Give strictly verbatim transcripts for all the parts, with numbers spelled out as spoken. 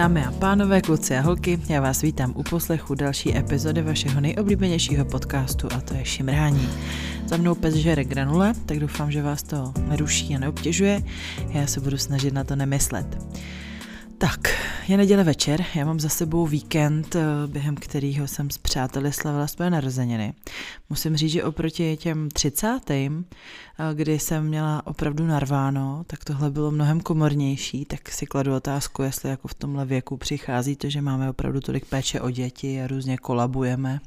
Dámy a pánové, kluci a holky, já vás vítám u poslechu další epizody vašeho nejoblíbenějšího podcastu a to je Šimrání. Za mnou pes žere granule, tak doufám, že vás to neruší a neobtěžuje. Já se budu snažit na to nemyslet. Tak, je neděle večer, já mám za sebou víkend, během kterého jsem s přáteli slavila své narozeniny. Musím říct, že oproti těm třicátým, kdy jsem měla opravdu narváno, tak tohle bylo mnohem komornější, tak si kladu otázku, jestli jako v tomhle věku přichází to, že máme opravdu tolik péče o děti a různě kolabujeme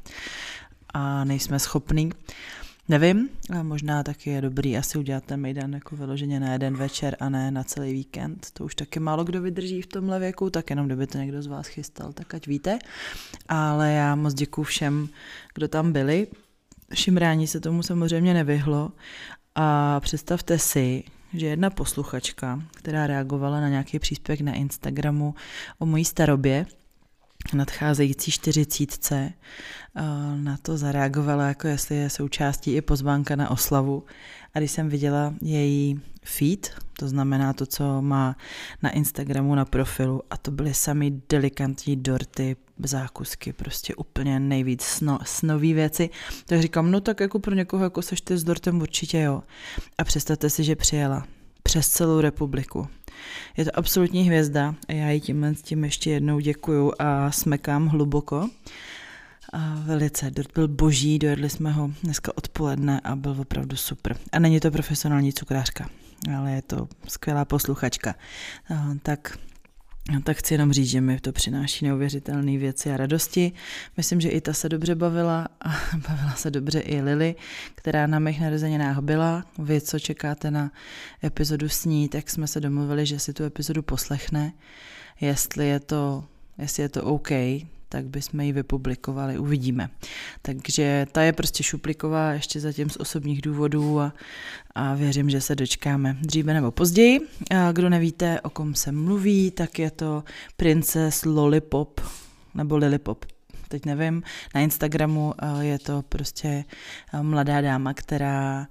a nejsme schopní. Nevím, ale možná taky je dobrý asi udělat ten mejdan jako vyloženě na jeden večer a ne na celý víkend. To už taky málo kdo vydrží v tomhle věku, tak jenom kdyby to někdo z vás chystal, tak ať víte. Ale já moc děkuju všem, kdo tam byli. Šimrání se tomu samozřejmě nevyhlo a představte si, že jedna posluchačka, která reagovala na nějaký příspěvek na Instagramu o mojí starobě, nadcházející čtyřicítce, na to zareagovala, jako jestli je součástí i pozvánka na oslavu. A když jsem viděla její feed, to znamená to, co má na Instagramu na profilu, a to byly samý delikantní dorty, zákusky, prostě úplně nejvíc sno, snový věci, tak říkám, no tak jako pro někoho, jako seš ty s dortem, určitě jo. A představte si, že přijela přes celou republiku. Je to absolutní hvězda a já jí tímhle s tím ještě jednou děkuju a smekám hluboko. A velice, dort byl boží, dojedli jsme ho dneska odpoledne a byl opravdu super. A není to profesionální cukrářka, ale je to skvělá posluchačka. Tak, tak chci jenom říct, že mi to přináší neuvěřitelné věci a radosti. Myslím, že i ta se dobře bavila a bavila se dobře i Lily, která na mých narozeninách byla. Vy, co čekáte na epizodu s ní, tak jsme se domluvili, že si tu epizodu poslechne. Jestli je to, jestli je to OK, tak bychom ji vypublikovali, uvidíme. Takže ta je prostě šupliková ještě zatím z osobních důvodů a, a věřím, že se dočkáme dříve nebo později. A kdo nevíte, o kom se mluví, tak je to Princess Lollipop, nebo Lilipop, teď nevím. Na Instagramu je to prostě mladá dáma, která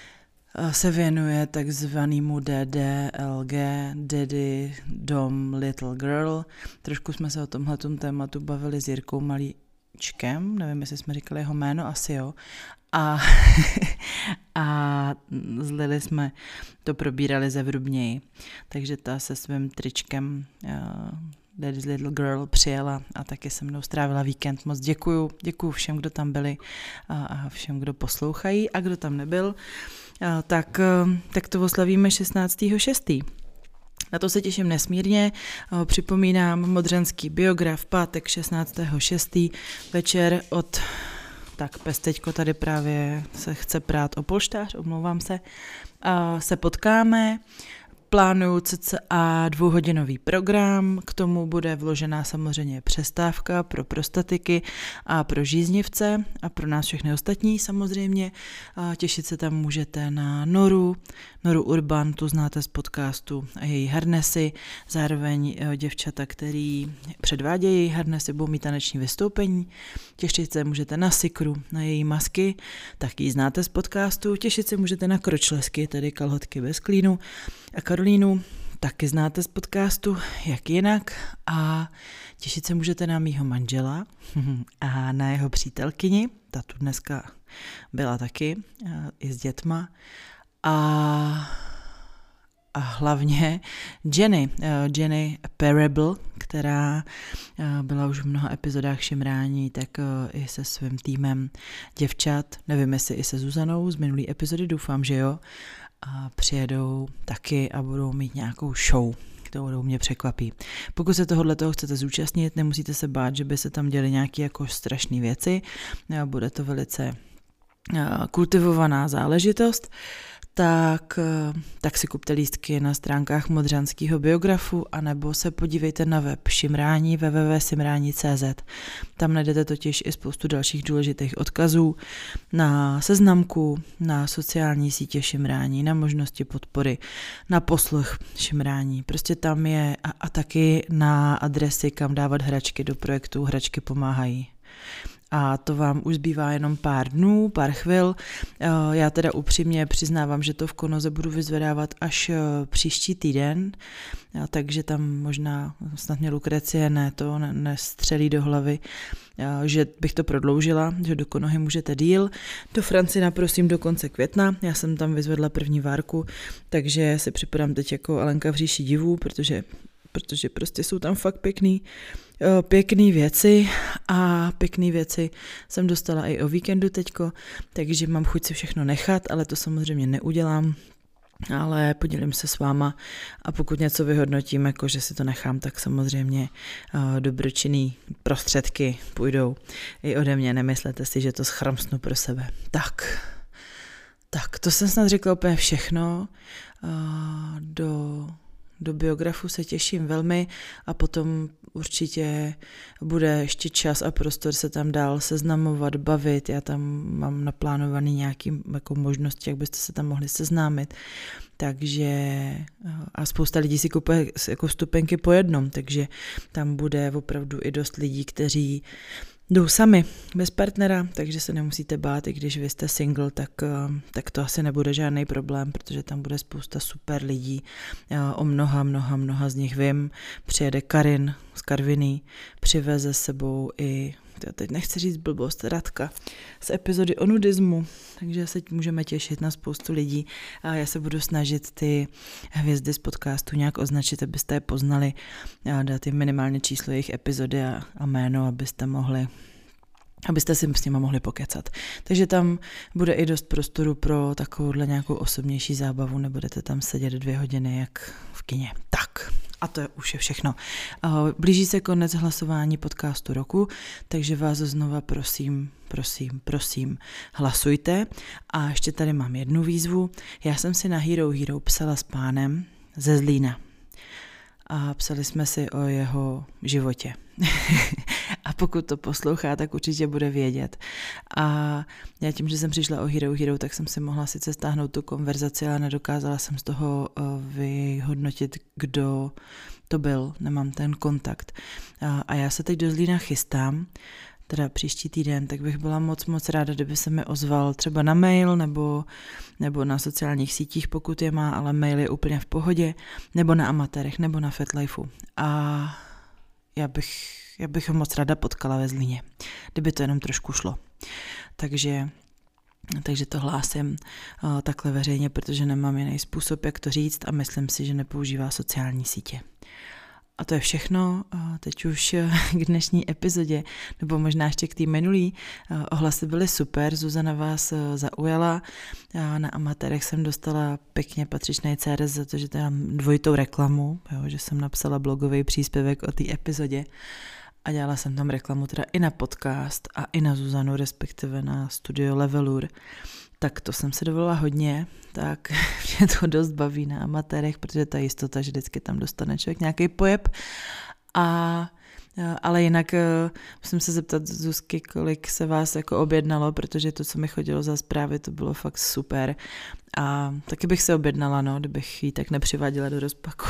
se věnuje takzvanému D D L G, Daddy Dom Little Girl. Trošku jsme se o tomhletom tématu bavili s Jirkou Malíčkem, nevím, jestli jsme říkali jeho jméno, asi jo. A, a s Lily jsme to probírali zevrubněji. Takže ta se svým tričkem uh, Daddy's Little Girl přijela a taky se mnou strávila víkend. Moc děkuju, děkuju všem, kdo tam byli a, a všem, kdo poslouchají a kdo tam nebyl. Tak, tak to oslavíme šestnáctého šestého Na to se těším nesmírně. Připomínám Modřanský biograf, pátek šestnáctého šestého večer od... Tak pes teďko tady právě se chce prát o polštář, omlouvám se. Se potkáme. Plánuju cca dvouhodinový program, k tomu bude vložená samozřejmě přestávka pro prostatiky a pro žíznivce a pro nás všechny ostatní samozřejmě. Těšit se tam můžete na Noru, Noru Urban, tu znáte z podcastu a její harnesy, zároveň děvčata, který předvádějí její harnesy, budou mít taneční vystoupení. Těšit se můžete na Sikru, na její masky, taky ji znáte z podcastu. Těšit se můžete na kročlesky, tedy kalhotky bez klínu. A Karolínu taky znáte z podcastu, jak jinak. A těšit se můžete na mýho manžela a na jeho přítelkyni. Ta tu dneska byla taky, i s dětma. A, a hlavně Jenny, Jenny Parable, která byla už v mnoha epizodách Šimrání, tak i se svým týmem děvčat, nevím jestli i se Zuzanou z minulý epizody, doufám, že jo, a přijedou taky a budou mít nějakou show, kterou mě překvapí. Pokud se tohohle toho chcete zúčastnit, nemusíte se bát, že by se tam děly nějaké jako strašné věci, bude to velice kultivovaná záležitost, tak, tak si kupte lístky na stránkách Modřanského biografu anebo se podívejte na web Šimrání w w w tečka simrání tečka c z. Tam najdete totiž i spoustu dalších důležitých odkazů na seznamku, na sociální sítě Šimrání, na možnosti podpory, na poslech Šimrání. Prostě tam je a, a taky na adresy, kam dávat hračky do projektu Hračky pomáhají. A to vám už zbývá jenom pár dnů, pár chvil Já teda upřímně přiznávám, že to v Konoze budu vyzvedávat až příští týden, takže tam možná snad mě Lukrecie ne, to nestřelí do hlavy, že bych to prodloužila, že do Konohy můžete díl. Do Francina prosím do konce května, já jsem tam vyzvedla první várku, takže si připadám teď jako Alenka v říši divů, protože protože prostě jsou tam fakt pěkný, pěkný věci a pěkný věci jsem dostala i o víkendu teďko, takže mám chuť si všechno nechat, ale to samozřejmě neudělám, ale podělím se s váma a pokud něco vyhodnotím, jako že si to nechám, tak samozřejmě dobročinný prostředky půjdou i ode mě, nemyslete si, že to schramsnu pro sebe. Tak, tak to jsem snad řekla úplně všechno. Do... Do biografu se těším velmi a potom určitě bude ještě čas a prostor se tam dál seznamovat, bavit. Já tam mám naplánovaný nějaký jako možnosti, jak byste se tam mohli seznámit. Takže a spousta lidí si kupuje jako vstupenky po jednom, takže tam bude opravdu i dost lidí, kteří jdou sami, bez partnera, takže se nemusíte bát, i když vy jste single, tak, tak to asi nebude žádný problém, protože tam bude spousta super lidí, o mnoha, mnoha, mnoha z nich vím, přijede Karin z Karviný, přiveze s sebou i, teď nechci říct blbost, Radka z epizody o nudismu, takže se můžeme těšit na spoustu lidí a já se budu snažit ty hvězdy z podcastu nějak označit, abyste je poznali a dát jim minimálně číslo jejich epizody a, a jméno, abyste mohli abyste si s nima mohli pokecat. Takže tam bude i dost prostoru pro takovouhle nějakou osobnější zábavu, nebudete tam sedět dvě hodiny jak v kině. Tak, a to je už je všechno. Blíží se konec hlasování podcastu roku, takže vás znova prosím, prosím, prosím, hlasujte. A ještě tady mám jednu výzvu. Já jsem si na Hero Hero psala s pánem ze Zlína. A psali jsme si o jeho životě. A pokud to poslouchá, tak určitě bude vědět. A já tím, že jsem přišla o Hero Hero, tak jsem si mohla sice stáhnout tu konverzaci, ale nedokázala jsem z toho vyhodnotit, kdo to byl. Nemám ten kontakt. A já se teď do Zlína chystám, teda příští týden, tak bych byla moc, moc ráda, kdyby se mi ozval třeba na mail nebo, nebo na sociálních sítích, pokud je má, ale mail je úplně v pohodě, nebo na amatérech, nebo na FetLifeu. A já bych, já bych ho moc ráda potkala ve Zlíně, kdyby to jenom trošku šlo. Takže, takže to hlásím uh, takhle veřejně, protože nemám jiný způsob, jak to říct a myslím si, že nepoužívá sociální sítě. A to je všechno, teď už k dnešní epizodě, nebo možná ještě k té minulý. Ohlasy byly super, Zuzana vás zaujala, na amatérech jsem dostala pěkně patřičný C R S za to, že tam dvojitou reklamu, jo, že jsem napsala blogový příspěvek o té epizodě a dělala jsem tam reklamu teda i na podcast a i na Zuzanu, respektive na studio Levelur. Tak to jsem se dovolila hodně, tak mě to dost baví na amatérech, protože ta jistota, že vždycky tam dostane člověk nějaký pojeb. A, ale jinak musím se zeptat Zuzky, kolik se vás jako objednalo, protože to, co mi chodilo za zprávy, to bylo fakt super. A taky bych se objednala, no, kdybych jí tak nepřiváděla do rozpaku.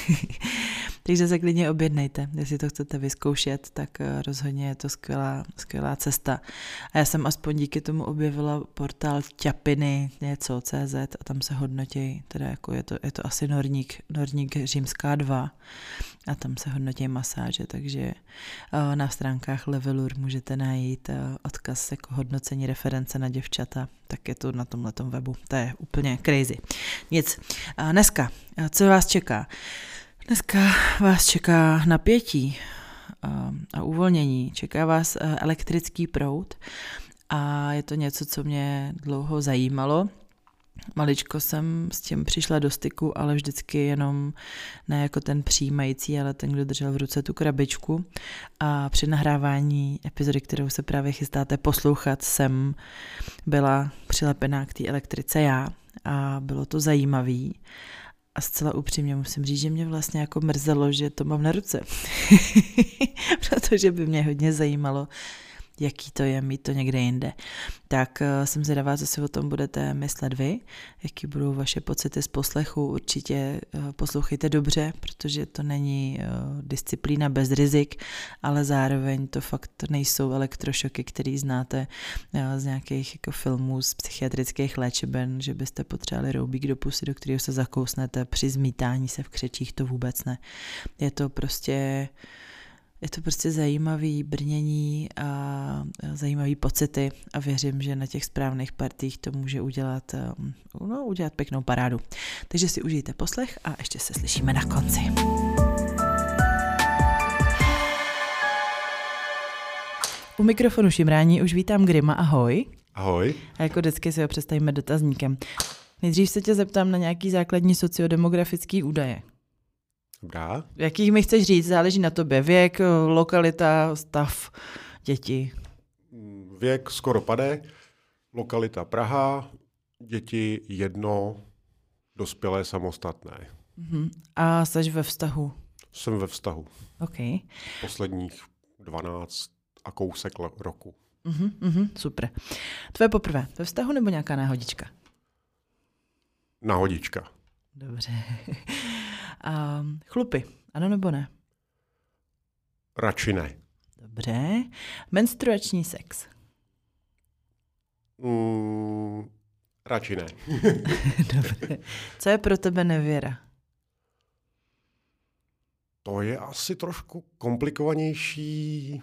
Takže se klidně objednejte, jestli to chcete vyzkoušet, tak rozhodně je to skvělá, skvělá cesta. A já jsem aspoň díky tomu objevila portál Ťapiny, něco C Z a tam se hodnotí, teda jako je to, je to asi Norník, Norník Římská dva a tam se hodnotí masáže, takže na stránkách Levelur můžete najít odkaz jako hodnocení reference na děvčata, tak je to na tomhletom webu, to je úplně crazy. Nic, dneska, co vás čeká? Dneska vás čeká napětí a, a uvolnění, čeká vás elektrický proud a je to něco, co mě dlouho zajímalo. Maličko jsem s tím přišla do styku, ale vždycky jenom ne jako ten přijímající, ale ten, kdo držel v ruce tu krabičku. A při nahrávání epizody, kterou se právě chystáte poslouchat, jsem byla přilepená k té elektrice já a bylo to zajímavý. A zcela upřímně musím říct, že mě vlastně jako mrzelo, že to mám na ruce. Protože by mě hodně zajímalo, jaký to je mít to někde jinde. Tak uh, jsem zvědavá, co si o tom budete myslet vy, jaký budou vaše pocity z poslechu. Určitě uh, poslouchejte dobře, protože to není uh, disciplína bez rizik, ale zároveň to fakt nejsou elektrošoky, který znáte uh, z nějakých jako filmů, z psychiatrických léčeben, že byste potřebovali roubík do pusy, do kterého se zakousnete při zmítání se v křečích, to vůbec ne. Je to prostě... Je to prostě zajímavý brnění a zajímavý pocity a věřím, že na těch správných partích to může udělat, no, udělat pěknou parádu. Takže si užijte poslech a ještě se slyšíme na konci. U mikrofonu Šimrání už vítám Grima, ahoj. Ahoj. A jako vždycky si ho představíme dotazníkem. Nejdřív se tě zeptám na nějaký základní sociodemografický údaje. Dobrá. Jakých mi chceš říct? Záleží na tobě. Věk, lokalita, stav, děti. Věk skoro pade, lokalita Praha, děti jedno, dospělé samostatné. Uh-huh. A jsi ve vztahu? Jsem ve vztahu. OK. Posledních dvanáct a kousek roku. Uh-huh, uh-huh, super. Tvoje poprvé ve vztahu nebo nějaká náhodička? Náhodička. Dobře. A chlupy, ano nebo ne? Radši ne. Dobře. Menstruační sex? Mm, radši ne. Dobře. Co je pro tebe nevěra? To je asi trošku komplikovanější.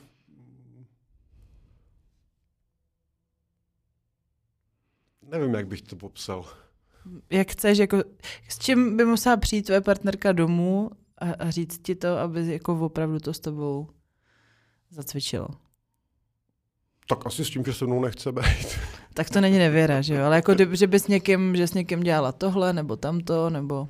Nevím, jak bych to popsal. Jak chceš, jako, s čím by musela přijít tvoje partnerka domů a, a říct ti to, aby jako opravdu to s tebou zacvičilo? Tak asi s tím, že se mnou nechce být. Tak to není nevěra, že jo? Ale jako, že bys někým, že s někým dělala tohle, nebo tamto, nebo...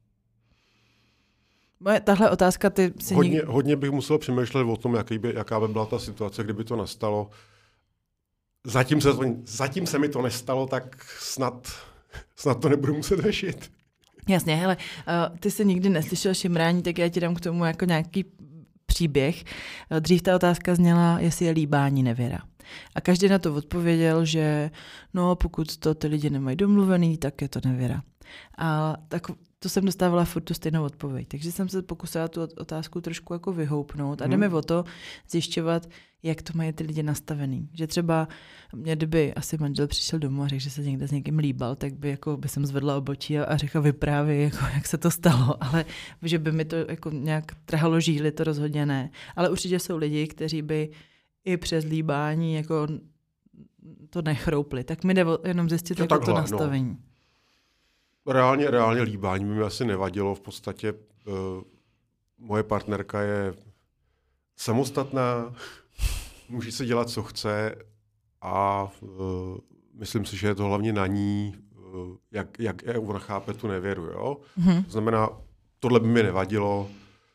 Moje, tahle otázka ty si Hodně, nik... hodně bych musel přemýšlet o tom, jaký by, jaká by byla ta situace, kdyby to nastalo. Zatím se, to, zatím se mi to nestalo, tak snad... Snad to nebudu muset řešit. Jasně, hele, uh, ty jsi nikdy neslyšel šimrání, tak já ti dám k tomu jako nějaký příběh. Uh, dřív ta otázka zněla, jestli je líbání nevěra. A každý na to odpověděl, že no, pokud to ty lidi nemají domluvený, tak je to nevěra. A tak to jsem dostávala furt tu stejnou odpověď. Takže jsem se pokusila tu otázku trošku jako vyhoupnout a jde mi o to zjišťovat, jak to mají ty lidi nastavený. Že třeba mě, kdyby asi manžel přišel domů a řekl, že se někde s někým líbal, tak by, jako, by jsem zvedla obočí a, a řekla vyprávěj, jako, jak se to stalo. Ale že by mi to jako nějak trhalo žíly, to rozhodně ne. Ale určitě jsou lidi, kteří by i přes líbání jako to nechroupli. Tak mi jde jenom zjistit jako takhle, to nastavení. No. Reálně, reálně líbání by mi asi nevadilo. V podstatě uh, moje partnerka je samostatná, může si dělat, co chce a uh, myslím si, že je to hlavně na ní, uh, jak, jak ona chápe tu nevěru. Jo? Mm-hmm. To znamená, tohle by mi nevadilo.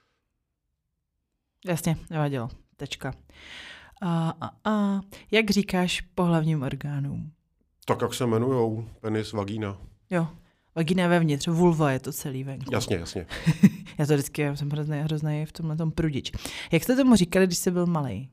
Jasně, nevadilo. Tečka. A, a, a jak říkáš pohlavním orgánům? Tak, jak se jmenujou, penis, vagína. Jo. Vagina vevnitř, vulva je to celý venku. Jasně, jasně. Já to vždycky, já jsem hrozný, hrozný v tomhle tom prudič. Jak jste tomu říkali, když jsi byl malej?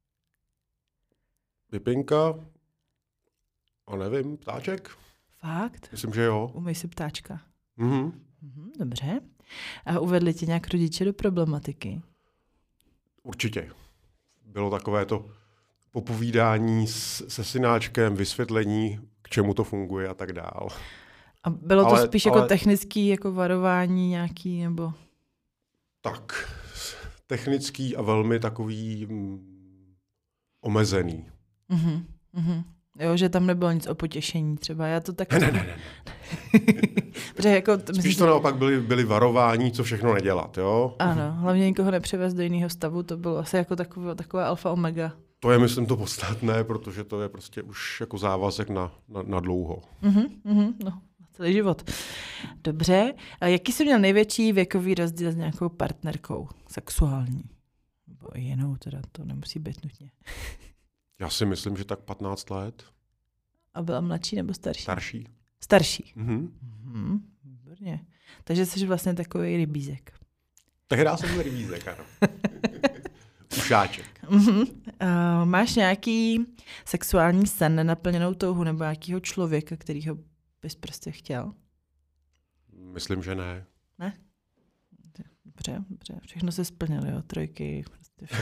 Vypinka, a nevím, ptáček? Fakt? Myslím, že jo. Umej si ptáčka. Mhm. Mhm, dobře. A uvedli tě nějak rodiče do problematiky? Určitě. Bylo takové to popovídání se synáčkem, vysvětlení, k čemu to funguje a tak dál. A bylo to ale, spíš ale... jako technický, jako varování nějaký, nebo? Tak, technický a velmi takový mm, omezený. Uh-huh, uh-huh. Jo, že tam nebylo nic o potěšení třeba, já to tak... Ne, ne, ne, ne. Protože jako, spíš myslím, to naopak byly, byly varování, co všechno nedělat, jo? Ano, hlavně nikoho nepřevést do jiného stavu, to bylo asi jako takové, takové alfa omega. To je, myslím, to podstatné, protože to je prostě už jako závazek na, na, na dlouho. Uh-huh, uh-huh, no. Celý život. Dobře. A jaký jsi měl největší věkový rozdíl s nějakou partnerkou? Sexuální? Nebo jinou, teda to nemusí být nutně. Já si myslím, že tak patnáct let. A byla mladší nebo starší? Starší. Starší. Mhm. Mhm, výborně. Takže jsi vlastně takový rybízek. Tehdy jsem byl rybízek, ano. Všáček. uh, máš nějaký sexuální sen, nenaplněnou touhu nebo nějakýho člověka, kterýho bys prostě chtěl? Myslím, že ne. Ne? Dobře, dobře. Všechno se splnilo, jo, trojky. Prostě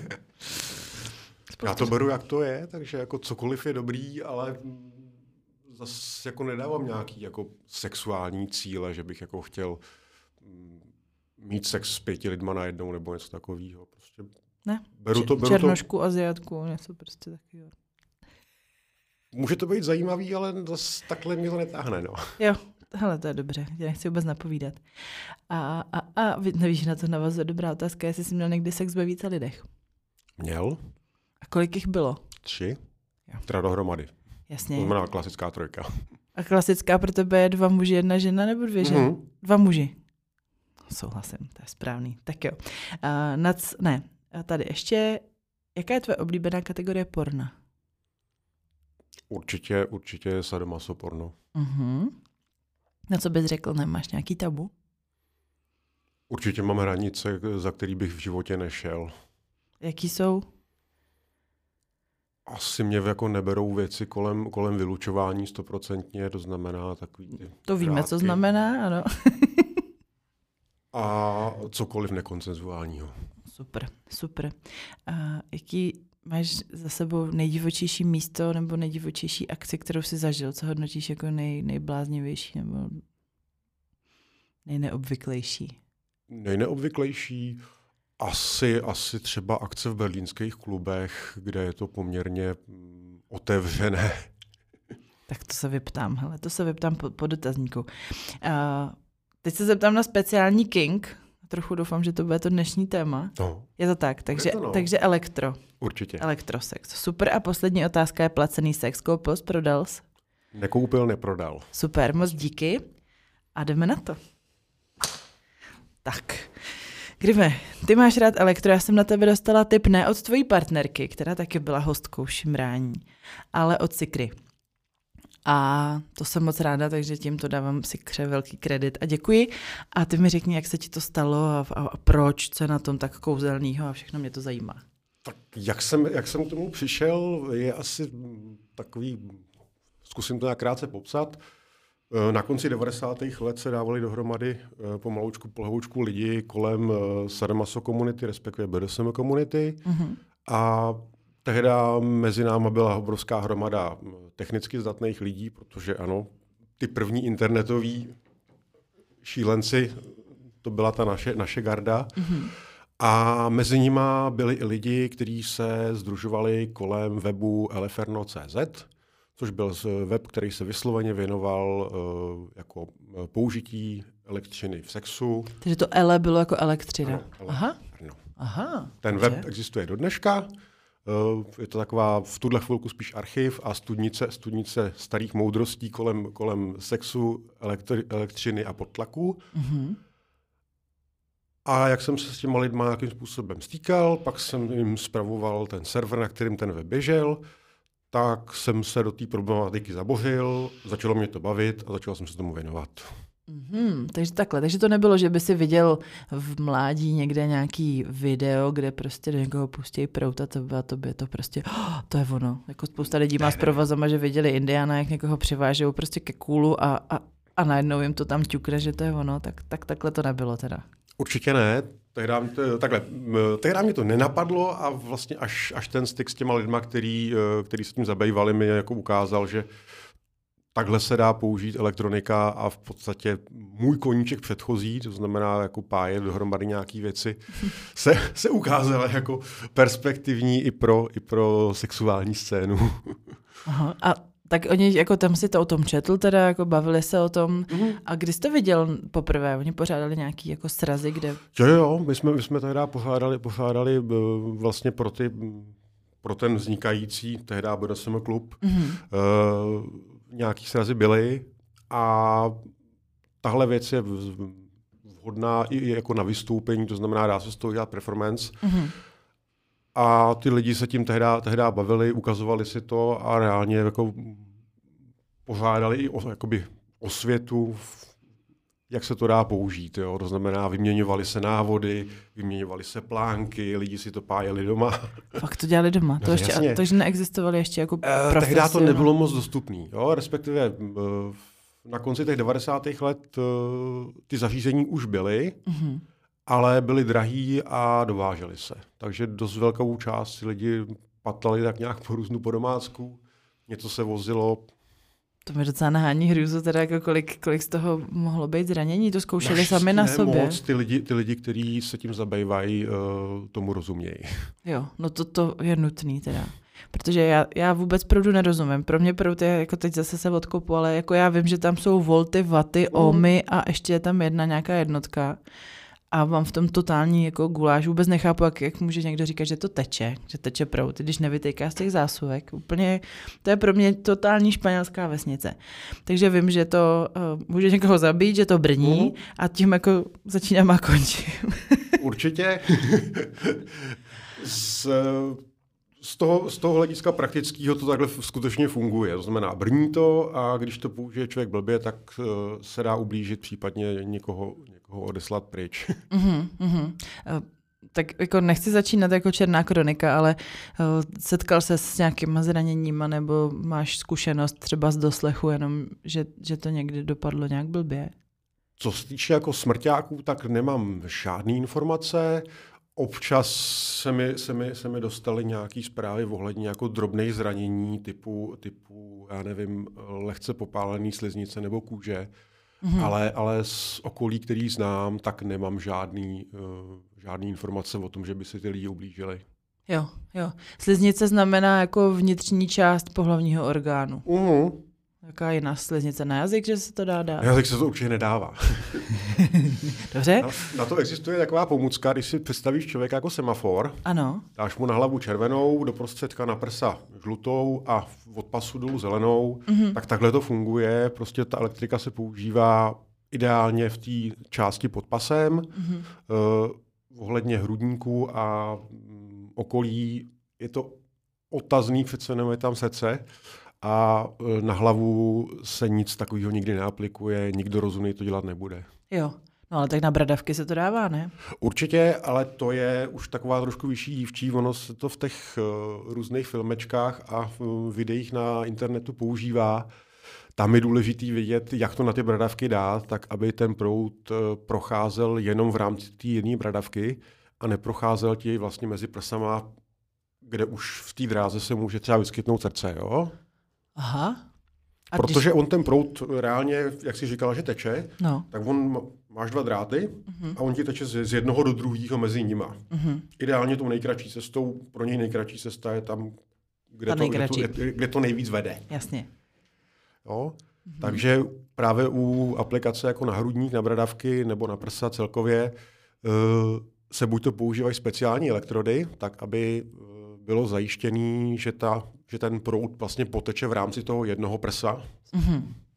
Já to beru, jak to je, takže jako cokoliv je dobrý, ale zase jako nedávám nějaký jako sexuální cíle, že bych jako chtěl mít sex s pěti lidma najednou nebo něco takového. Prostě ne, beru to, beru černošku, to... aziatku, něco prostě takového. Může to být zajímavý, ale zase takhle mě to netáhne, no. Jo, hele, to je dobře, tě nechci vůbec napovídat. A, a, a nevíš, na to navazuje dobrá otázka, jestli jsi měl někdy sex ve více lidech. Měl. A kolik jich bylo? Tři. Jo. Teda dohromady. Jasně. To znamená klasická trojka. A klasická pro tebe je dva muži, jedna žena nebo dvě ženy? Mm-hmm. Dva muži. Souhlasím, to je správný. Tak jo. A nad, ne, a tady ještě, jaká je tvoje oblíbená kategorie porna? Určitě, určitě sadomaso porno. Uh-huh. Na co bys řekl, nemáš nějaký tabu? Určitě mám hranice, za který bych v životě nešel. Jaký jsou? Asi mě jako neberou věci kolem, kolem vylučování stoprocentně, to znamená takový ty To víme, vrátky. Co znamená, ano. A cokoliv nekonsenzuálního. Super, super. A jaký máš za sebou nejdivočejší místo nebo nejdivočejší akci, kterou jsi zažil? Co hodnotíš jako nej, nejbláznivější nebo nejneobvyklejší? Nejneobvyklejší asi, asi třeba akce v berlínských klubech, kde je to poměrně otevřené. Tak to se vyptám, hele, to se vyptám po, po dotazníku. Uh, teď se zeptám na speciální king. Trochu doufám, že to bude to dnešní téma. No. Je to tak, takže, to no. takže elektro. Určitě. Elektrosex. Super. A poslední otázka je placený sex. Koupil jsi, prodal jsi? Nekoupil, neprodal. Super, moc díky. A jdeme na to. Tak. Grime, ty máš rád elektro, já jsem na tebe dostala tip ne od tvojí partnerky, která taky byla hostkou Šimrání, ale od Sikry. A to jsem moc ráda, takže tímto dávám Sikře velký kredit a děkuji. A ty mi řekni, jak se ti to stalo a, a, a proč, co je na tom tak kouzelného a všechno mě to zajímá. Tak jak jsem, jak jsem k tomu přišel, je asi takový, zkusím to nějak krátce popsat. Na konci devadesátých let se dávali dohromady pomaloučku, polehoučku lidi kolem sadomaso komunity, respektive bé dé es em komunity. Mm-hmm. A tehda mezi náma byla obrovská hromada technicky zdatných lidí, protože ano, ty první internetoví šílenci, to byla ta naše, naše garda. Mm-hmm. A mezi nima byli i lidi, kteří se sdružovali kolem webu eleferno tečka cé zet, což byl web, který se vysloveně věnoval uh, jako použití elektřiny v sexu. Takže to ele bylo jako elektřina. Ano, ele, Aha. No. Aha. Ten dobře. web existuje do dneška. Uh, je to taková v tuhle chvilku spíš archiv a studnice, studnice starých moudrostí kolem, kolem sexu, elektri, elektřiny a podtlaku. Mm-hmm. A jak jsem se s těma lidma nějakým způsobem stýkal, pak jsem jim spravoval ten server, na kterým ten web běžel, tak jsem se do té problematiky zabořil, začalo mě to bavit a začal jsem se tomu věnovat. Mm-hmm, takže takhle, takže to nebylo, že by si viděl v mládí někde nějaký video, kde prostě do někoho pustí prout a to, a to by to prostě, oh, to je ono. Jako spousta lidí má s provazama, že viděli Indiana, jak někoho přivážou prostě ke kůlu a, a, a najednou jim to tam ťukne, že to je ono, tak, tak takhle to nebylo teda. Určitě ne. Tehdy mě to, takhle, tehdy mě to nenapadlo a vlastně až, až ten styk s těma lidma, který, který se tím zabývali, mi jako ukázal, že takhle se dá použít elektronika a v podstatě můj koníček předchozí, to znamená jako pájet dohromady nějaký věci, se, se ukázaly jako perspektivní i pro, i pro sexuální scénu. Aha, a tak oni, jako tam si to o tom četl, teda jako bavili se o tom. Mm-hmm. A kdy jsi to viděl poprvé? Oni pořádali nějaký jako srazy, kde... Jo, jo, my jsme, my jsme tehdy pořádali, pořádali vlastně pro, ty, pro ten vznikající tehdy bé dé es em klub. Mm-hmm. Uh, nějaký srazy byly a tahle věc je vhodná i jako na vystoupení, to znamená, dá se z toho dělat performance. Mm-hmm. A ty lidi se tím tehdy, tehdy bavili, ukazovali si to a reálně jako požádali i o jakoby osvětu, jak se to dá použít. Jo? To znamená, vyměňovaly se návody, vyměňovaly se plánky, lidi si to pájeli doma. Fakt to dělali doma? No, to ještě, takže neexistovaly ještě jako profesie? Tehdy to nebylo moc dostupný. Jo? Respektive na konci těch devadesátých let ty zařízení už byly, mm-hmm. ale byly drahý a dovážely se. Takže dost velkou část lidi patlali tak nějak po různu po domácku. Něco se vozilo. To mi docela nahání hrůzu, teda jako kolik, kolik z toho mohlo být zranění. To zkoušeli Naš sami na sobě. Moc, ty lidi, ty lidi, kteří se tím zabývají, uh, tomu rozumějí. Jo, no to, to je nutný teda. Protože já, já vůbec proudu nerozumím. Pro mě proud je, jako teď zase se odkopu, ale jako já vím, že tam jsou volty, waty, ohmy a ještě je tam jedna nějaká jednotka. A mám v tom totální jako guláš. Vůbec nechápu, jak, jak může někdo říkat, že to teče, že teče proud, když nevytejká z těch zásuvek. Úplně, to je pro mě totální španělská vesnice. Takže vím, že to uh, může někoho zabít, že to brní mm. a tím jako začínám a končím. Určitě. z, z, toho, z toho hlediska praktického to takhle skutečně funguje. To znamená, brní to a když to použije člověk blbě, tak uh, se dá ublížit, případně někoho, někoho odeslat pryč. Mm-hmm, mm-hmm. Uh, tak jako nechci začínat jako černá kronika, ale uh, setkal se s nějakýma zraněníma nebo máš zkušenost třeba z doslechu, jenom že, že to někdy dopadlo nějak blbě? Co se týče jako smrťáků, tak nemám žádný informace. Občas se mi, se mi, se mi dostaly nějaké zprávy ohledně jako drobných zranění typu, typu, já nevím, lehce popálený sliznice nebo kůže, mm-hmm. ale, ale z okolí, který znám, tak nemám žádný, uh, žádný informace o tom, že by si ty lidi ublížili. Jo, jo. Sliznice znamená jako vnitřní část pohlavního orgánu. Uh-huh. Jaká jiná sliznice? Na jazyk, že se to dá dát? Na jazyk se to určitě nedává. Dobře. Na, na to existuje taková pomůcka, když si představíš člověka jako semafor. Ano. Dáš mu na hlavu červenou, do prostředka na prsa žlutou a od pasu dolů zelenou. Mm-hmm. Tak takhle to funguje. Prostě ta elektrika se používá ideálně v té části pod pasem. Mm-hmm. Uh, ohledně hrudníků a um, okolí je to otazný, přece jenom je tam srdce. A na hlavu se nic takového nikdy neaplikuje, nikdo rozumný to dělat nebude. Jo, no ale tak na bradavky se to dává, ne? Určitě, ale to je už taková trošku vyšší dívčí, ono se to v těch uh, různých filmečkách a uh, videích na internetu používá. Tam je důležitý vidět, jak to na ty bradavky dát, tak aby ten proud uh, procházel jenom v rámci té jedné bradavky a neprocházel ti vlastně mezi prsama, kde už v té dráze se může třeba vyskytnout srdce, jo? Aha. A protože když... on ten proud reálně, jak jsi říkala, že teče, no. tak on máš dva dráty uh-huh. a on ti teče z jednoho do druhého mezi nima. Uh-huh. Ideálně tou nejkratší cestou, pro něj nejkratší cesta je tam, kde, to, kde, to, kde to nejvíc vede. Jasně. Jo? Uh-huh. Takže právě u aplikace jako na hrudník, na bradavky nebo na prsa celkově uh, se buď to používají speciální elektrody, tak aby uh, bylo zajištěný, že ta že ten proud vlastně poteče v rámci toho jednoho prsa. Mm-hmm.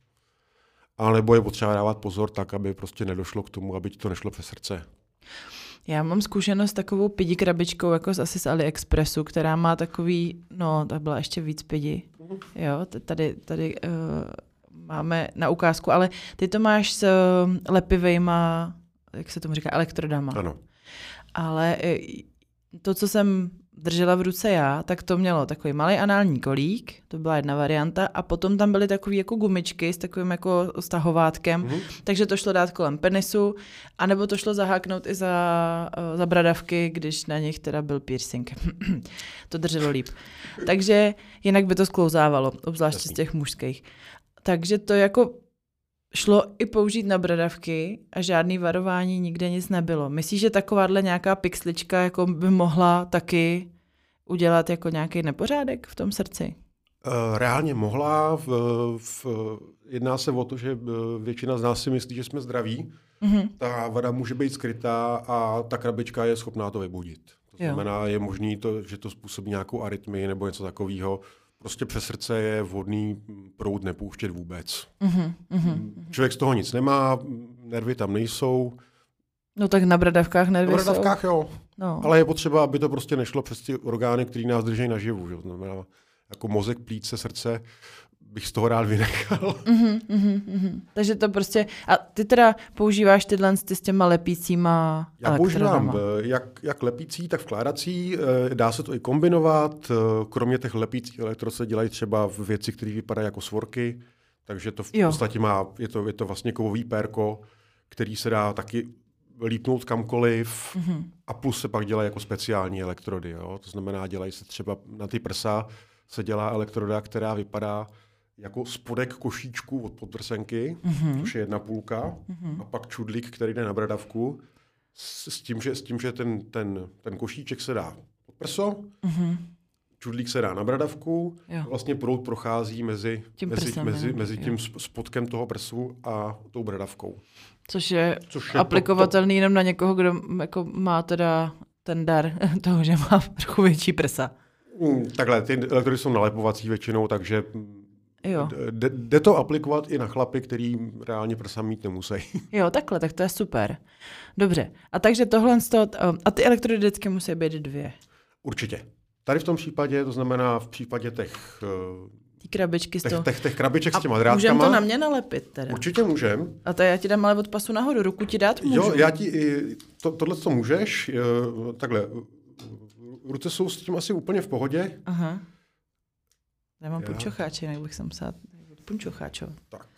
A nebo je potřeba dávat pozor tak, aby prostě nedošlo k tomu, aby ti to nešlo přes srdce. Já mám zkušenost s takovou pidi krabičkou, jako z, asi z AliExpressu, která má takový, no, ta byla ještě víc pidi. Mm-hmm. Jo, tady, tady uh, máme na ukázku, ale ty to máš s uh, lepivejma, jak se tomu říká, elektrodama. Ano. Ale uh, to, co jsem držela v ruce já, tak to mělo takový malý anální kolík, to byla jedna varianta, a potom tam byly takové jako gumičky s takovým jako stahovátkem, mm-hmm. takže to šlo dát kolem penisu, anebo to šlo zaháknout i za, za bradavky, když na nich teda byl piercing. To drželo líp. Takže jinak by to sklouzávalo, obzvláště z těch mužských. Takže to jako šlo i použít na bradavky a žádný varování, nikde nic nebylo. Myslíš, že takováhle nějaká pixlička jako by mohla taky udělat jako nějaký nepořádek v tom srdci? Reálně mohla. V, v, jedná se o to, že většina z nás si myslí, že jsme zdraví. Mm-hmm. Ta vada může být skrytá a ta krabička je schopná to vybudit. To znamená, jo. je možný, to, že to způsobí nějakou arytmii nebo něco takového. Prostě přes srdce je vhodný proud nepouštět vůbec. Mm-hmm, mm-hmm. Člověk z toho nic nemá, nervy tam nejsou. No tak na bradavkách nervy jsou. Na bradavkách jsou. jo, no. Ale je potřeba, aby to prostě nešlo přes ty orgány, které nás drží naživu. Že? Znamená, jako mozek, plíce, srdce bych z toho rád vynechal. Uh-huh, uh-huh, uh-huh. Takže to prostě, a ty teda používáš tyhle ty s těma lepícíma Já používám jak, jak lepící, tak vkládací, dá se to i kombinovat, kromě těch lepících elektrod se dělají třeba věci, které vypadají jako svorky, takže to v jo. podstatě má, je to, je to vlastně kovový pérko, který se dá taky lípnout kamkoliv uh-huh. a plus se pak dělají jako speciální elektrody, jo? To znamená, dělají se třeba na ty prsa, se dělá elektroda, která vypadá jako spodek košíčku od podprsenky, uh-huh. což je jedna půlka, uh-huh. a pak čudlík, který jde na bradavku, s, s tím, že, s tím, že ten, ten, ten košíček se dá pod prso, uh-huh. čudlík se dá na bradavku, vlastně proud prochází mezi tím, mezi, prsem, mezi, mezi tím spodkem toho prsu a tou bradavkou. Což je, Což je aplikovatelný to, to... jenom na někoho, kdo jako má teda ten dar toho, že má trochu větší prsa. Mm, takhle, ty elektrody jsou nalepovací většinou, takže jde, jde to aplikovat i na chlapy, který reálně prsa mít nemusí. Jo, takhle, tak to je super. Dobře, a takže tohle, a ty elektrody vždycky musí být dvě. Určitě. Tady v tom případě, to znamená v případě těch, Ty krabičky těch, těch, těch krabiček s těma drátkama. Můžeme to na mě nalepit teda? Určitě můžem. A to já ti dám ale od pasu nahoru, ruku ti dát můžu? Jo, já ti, to, tohle co můžeš, takhle, ruce jsou s tím asi úplně v pohodě. Aha. Já mám já. punčocháče, jak bych sem psát punčocháčo. Tak.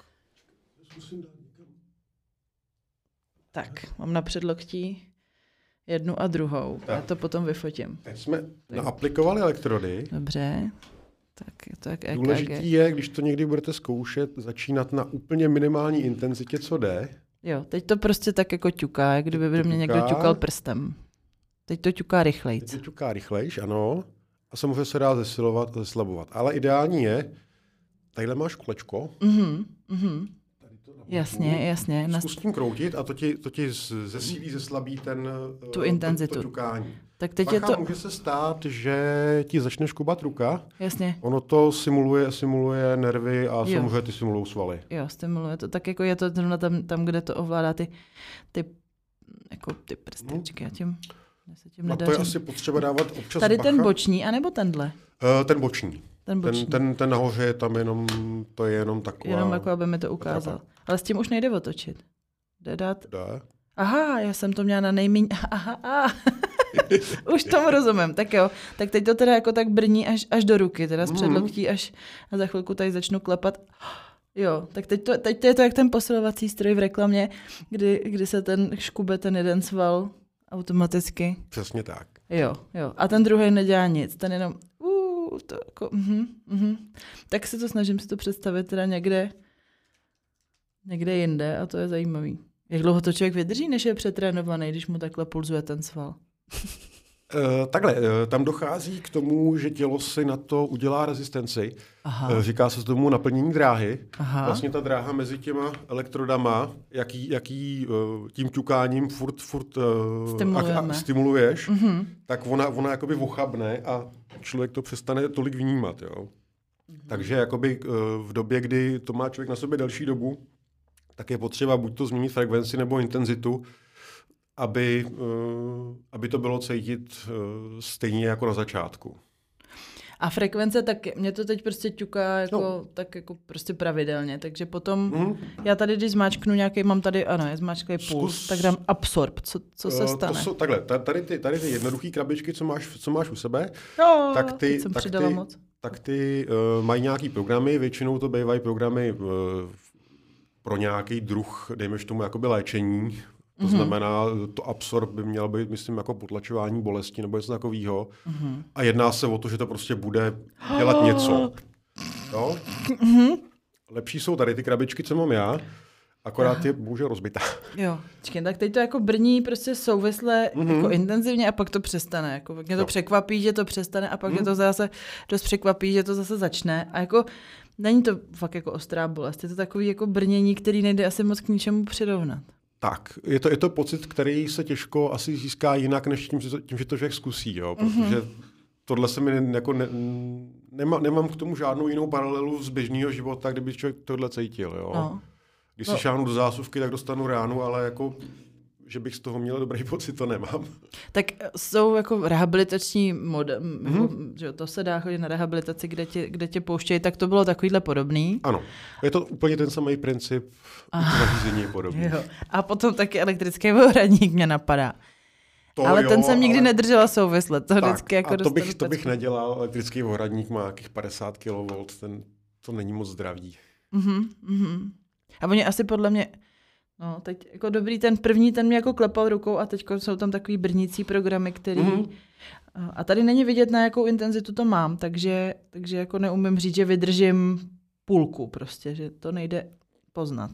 Tak, mám na předloktí jednu a druhou. Tak. Já to potom vyfotím. Teď jsme tak. naaplikovali elektrody. Dobře. Tak je to jak E K G. Důležitý je, když to někdy budete zkoušet, začínat na úplně minimální intenzitě, co jde. Jo, teď to prostě tak jako ťuká, jak kdyby by mě někdo ťukal prstem. Teď to ťuká rychlejc. Teď to ťuká rychlejš, ano. A samozřejmě se dá zesilovat a zeslabovat. Ale ideální je, tadyhle máš kolečko. Mhm, mhm. Jasně, jasně. Zkus tím kroutit a to ti, to ti zesílí, zeslabí ten, tu intenzitu. To, to ťukání. Tak teď Bacha, je to... může se stát, že ti začne škubat ruka. Jasně. Ono to simuluje, simuluje nervy a samozřejmě ty simulují svaly. Jo, stimuluje to. Tak jako je to tam, tam kde to ovládá ty, ty, jako ty prstečky. Hmm. Já tím, se tím a to je asi potřeba dávat občas Tady bacha. Ten boční, anebo tenhle? Uh, ten boční. Ten, boční. Ten, ten, ten nahoře je tam jenom, to je jenom taková... Jenom jako, aby mi to ukázal. Ale s tím už nejde otočit. Jde dát? Jde. Aha, já jsem to měla na nejmíň. Aha, aha. Už tomu rozumím. Tak jo, tak teď to teda jako tak brní až, až do ruky, teda z předloktí až a za chvilku tady začnu klepat. Jo, tak teď to, teď to je to jak ten posilovací stroj v reklamě, kdy, kdy se ten škube ten jeden sval automaticky. Přesně tak. Jo, jo. A ten druhý nedělá nic, ten jenom uh, to jako, uh, uh. Tak se to snažím si to představit teda někde někde jinde a to je zajímavý. Jak dlouho to člověk vydrží, než je přetrénovaný, když mu takhle pulzuje ten sval? Uh, takhle, uh, tam dochází k tomu, že tělo si na to udělá rezistenci. Uh, říká se tomu naplnění dráhy. Aha. Vlastně ta dráha mezi těma elektrodama, jaký, jaký uh, tím ťukáním furt, furt uh, a, a stimuluješ, uh-huh. tak ona, ona jakoby ochabne a člověk to přestane tolik vnímat. Jo? Uh-huh. Takže jakoby uh, v době, kdy to má člověk na sobě delší dobu, tak je potřeba buď to změnit frekvenci nebo intenzitu, aby, uh, aby to bylo cítit uh, stejně jako na začátku. A frekvence, tak mě to teď prostě ťuká jako, no. tak jako prostě pravidelně, takže potom mm. já tady, když zmáčknu nějaký, mám tady, ano, je zmáčklý puls, Zkus, tak dám absorb, co, co se stane? To jsou, takhle, tady ty, tady ty jednoduchý krabičky, co máš, co máš u sebe, no, tak ty, jsem tak přidala ty, moc. tak ty uh, mají nějaký programy, většinou to bývají programy uh, pro nějaký druh, dejme tomu, jakoby léčení. To mm-hmm. znamená, to absorb by mělo být, myslím, jako potlačování bolesti nebo něco takového. Mm-hmm. A jedná se o to, že to prostě bude dělat něco. Jo? Mm-hmm. Lepší jsou tady ty krabičky, co mám já, akorát je bohužel rozbitá. Jo, čekaj, tak teď to jako brní prostě souvisle mm-hmm. jako intenzivně a pak to přestane. Jako, mě to jo. překvapí, že to přestane a pak mm-hmm. mě to zase dost překvapí, že to zase začne. A jako není to fakt jako ostrá bolest, je to takový jako brnění, který nejde asi moc k ničemu přirovnat. Tak, je to, je to pocit, který se těžko asi získá jinak, než tím, tím že to člověk zkusí, jo? Protože mm-hmm. tohle se mi jako ne, nemá, nemám k tomu žádnou jinou paralelu z běžného života, kdyby člověk tohle cítil, jo? No. Když si no. šáhnu do zásuvky, tak dostanu ránu, ale jako že bych z toho měl dobrý pocit, to nemám. Tak jsou jako rehabilitační model, mm-hmm. že to se dá chodit na rehabilitaci, kde tě, kde tě pouštějí, tak to bylo takovýhle podobný. Ano, je to úplně ten samý princip, zařízení je podobný. Jo. A potom taky elektrický ohradník mě napadá. To ale jo, ten jsem nikdy ale... nedržela souvisle. To, tak, jako a to, bych, to bych nedělal, elektrický ohradník má jakých padesát kilovoltů, ten, to není moc zdravý. Mm-hmm, mm-hmm. A oni asi podle mě, no teď jako dobrý, ten první, ten mě jako klepal rukou a teď jsou tam takový brnící programy, který, mm-hmm. a tady není vidět, na jakou intenzitu to mám, takže, takže jako neumím říct, že vydržím půlku prostě, že to nejde poznat.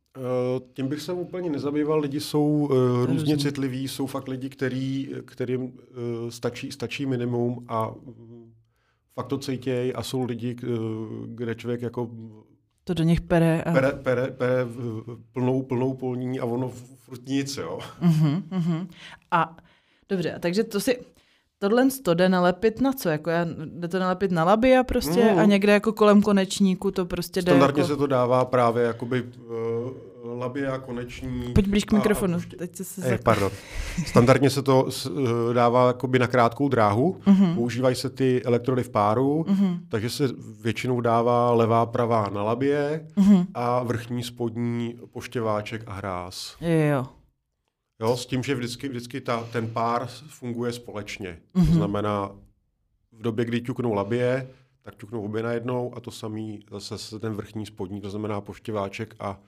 Tím bych se úplně nezabýval, lidi jsou uh, různě Různý. citliví, jsou fakt lidi, který, kterým uh, stačí, stačí minimum a uh, fakt to cítějí a jsou lidi, uh, kde člověk jako to do nich pere a... pere, pere, pere plnou, plnou polní a ono furt nic, jo. Uh-huh, uh-huh. A dobře, takže to si... Tohle to jde nalepit na co? Jako já, jde to nalepit na labia prostě mm. a někde jako kolem konečníku to prostě jde standardně jako... se to dává právě jakoby uh, labia, konečník... Pojď blíž k mikrofonu. A, a teď se eh, pardon. Standardně se to uh, dává jakoby na krátkou dráhu, mm-hmm. používají se ty elektrody v páru, mm-hmm. takže se většinou dává levá, pravá na labie mm-hmm. a vrchní, spodní poštěváček a hráz. Jo. Jo, s tím, že vždycky, vždycky ta, ten pár funguje společně. Mm-hmm. To znamená, v době, kdy ťuknou labie, tak ťuknou obě najednou a to samý zase ten vrchní spodní, to znamená poštěváček a,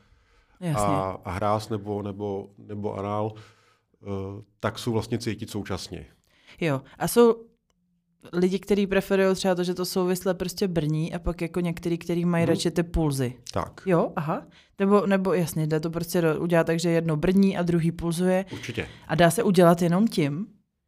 a, a hráz nebo, nebo, nebo anál, uh, tak jsou vlastně cítit současně. Jo, a jsou lidi, kteří preferují třeba to, že to souvisle prostě brní a pak jako některý, kteří mají hmm. radši ty pulzy. Tak. Jo, aha. Nebo, nebo jasně, jde to prostě udělat tak, že jedno brní a druhý pulzuje. Určitě. A dá se udělat jenom tím?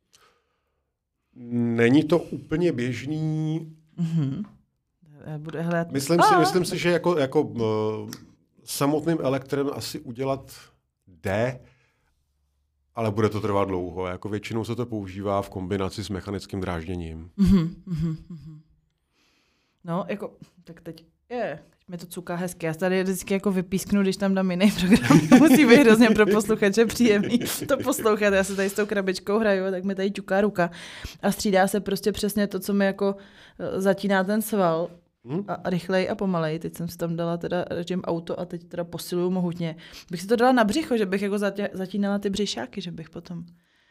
Není to úplně běžný. Mhm. Bude hledat... Myslím, si, myslím si, že jako, jako uh, samotným elektrem asi udělat jde, ale bude to trvat dlouho. Jako většinou se to používá v kombinaci s mechanickým drážděním. Mm-hmm, mm-hmm. No, jako, tak teď je, teď mi to cuká hezky. Já tady vždycky jako vypísknu, když tam dám jiný program. To musí být hrozně pro posluchače příjemný to poslouchat. Já se tady s tou krabičkou hraju, tak mi tady ťuká ruka. A střídá se prostě přesně to, co mi jako zatíná ten sval. Hmm? A, a rychlej a pomalej. Teď jsem si tam dala teda režim auto a teď teda posiluju mohutně. Bych si to dala na břicho, že bych jako zatě, zatínala ty břišáky, že bych potom...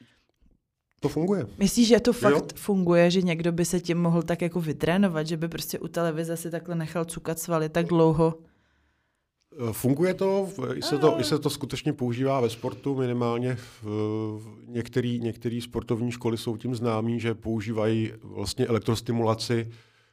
To funguje. Myslíš, že to fakt jo? funguje, že někdo by se tím mohl tak jako vytrénovat, že by prostě u televize si takhle nechal cukat svaly tak dlouho? Funguje to, i se to, i se to skutečně používá ve sportu, minimálně v, v některé některé sportovní školy jsou tím známí, že používají vlastně elektrostimulaci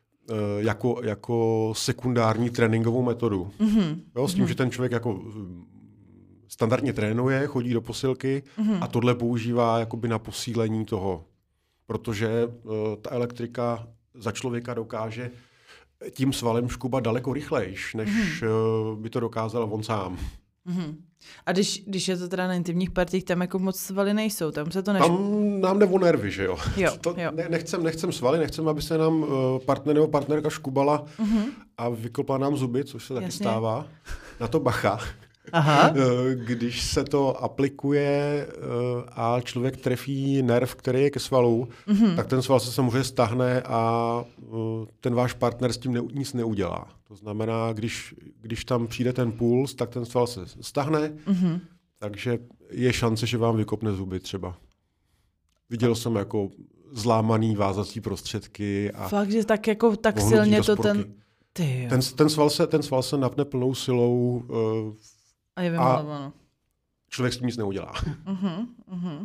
Jako, jako sekundární tréninkovou metodu. Mm-hmm. Jo, s tím, mm-hmm. že ten člověk jako standardně trénuje, chodí do posilky mm-hmm. a tohle používá jakoby na posílení toho. Protože uh, ta elektrika za člověka dokáže tím svalem škubat daleko rychlejš, než mm-hmm. uh, by to dokázal on sám. Mm-hmm. A když, když je to teda na intimních partích, tam jako moc svaly nejsou, tam se to než... Tam nám jde o nervy, že jo? jo, to jo. Ne, nechcem, nechcem svaly, nechcem, aby se nám partner nebo partnerka škubala mm-hmm. a vyklopala nám zuby, což se taky Jasně. stává. Na to bacha. Aha. Když se to aplikuje a člověk trefí nerv, který je ke svalu, mm-hmm. tak ten sval se samozřejmě stáhne a ten váš partner s tím ne, nic neudělá. To znamená, když, když tam přijde ten puls, tak ten sval se stáhne, mm-hmm. takže je šance, že vám vykopne zuby třeba. Viděl jsem jako zlámaný vázací prostředky. A fakt, že tak jako tak silně to ten... Ty ten, ten, sval se, ten sval se napne plnou silou uh, a je vymalováno. Člověk s tím nic neudělá. Uh-huh, uh-huh.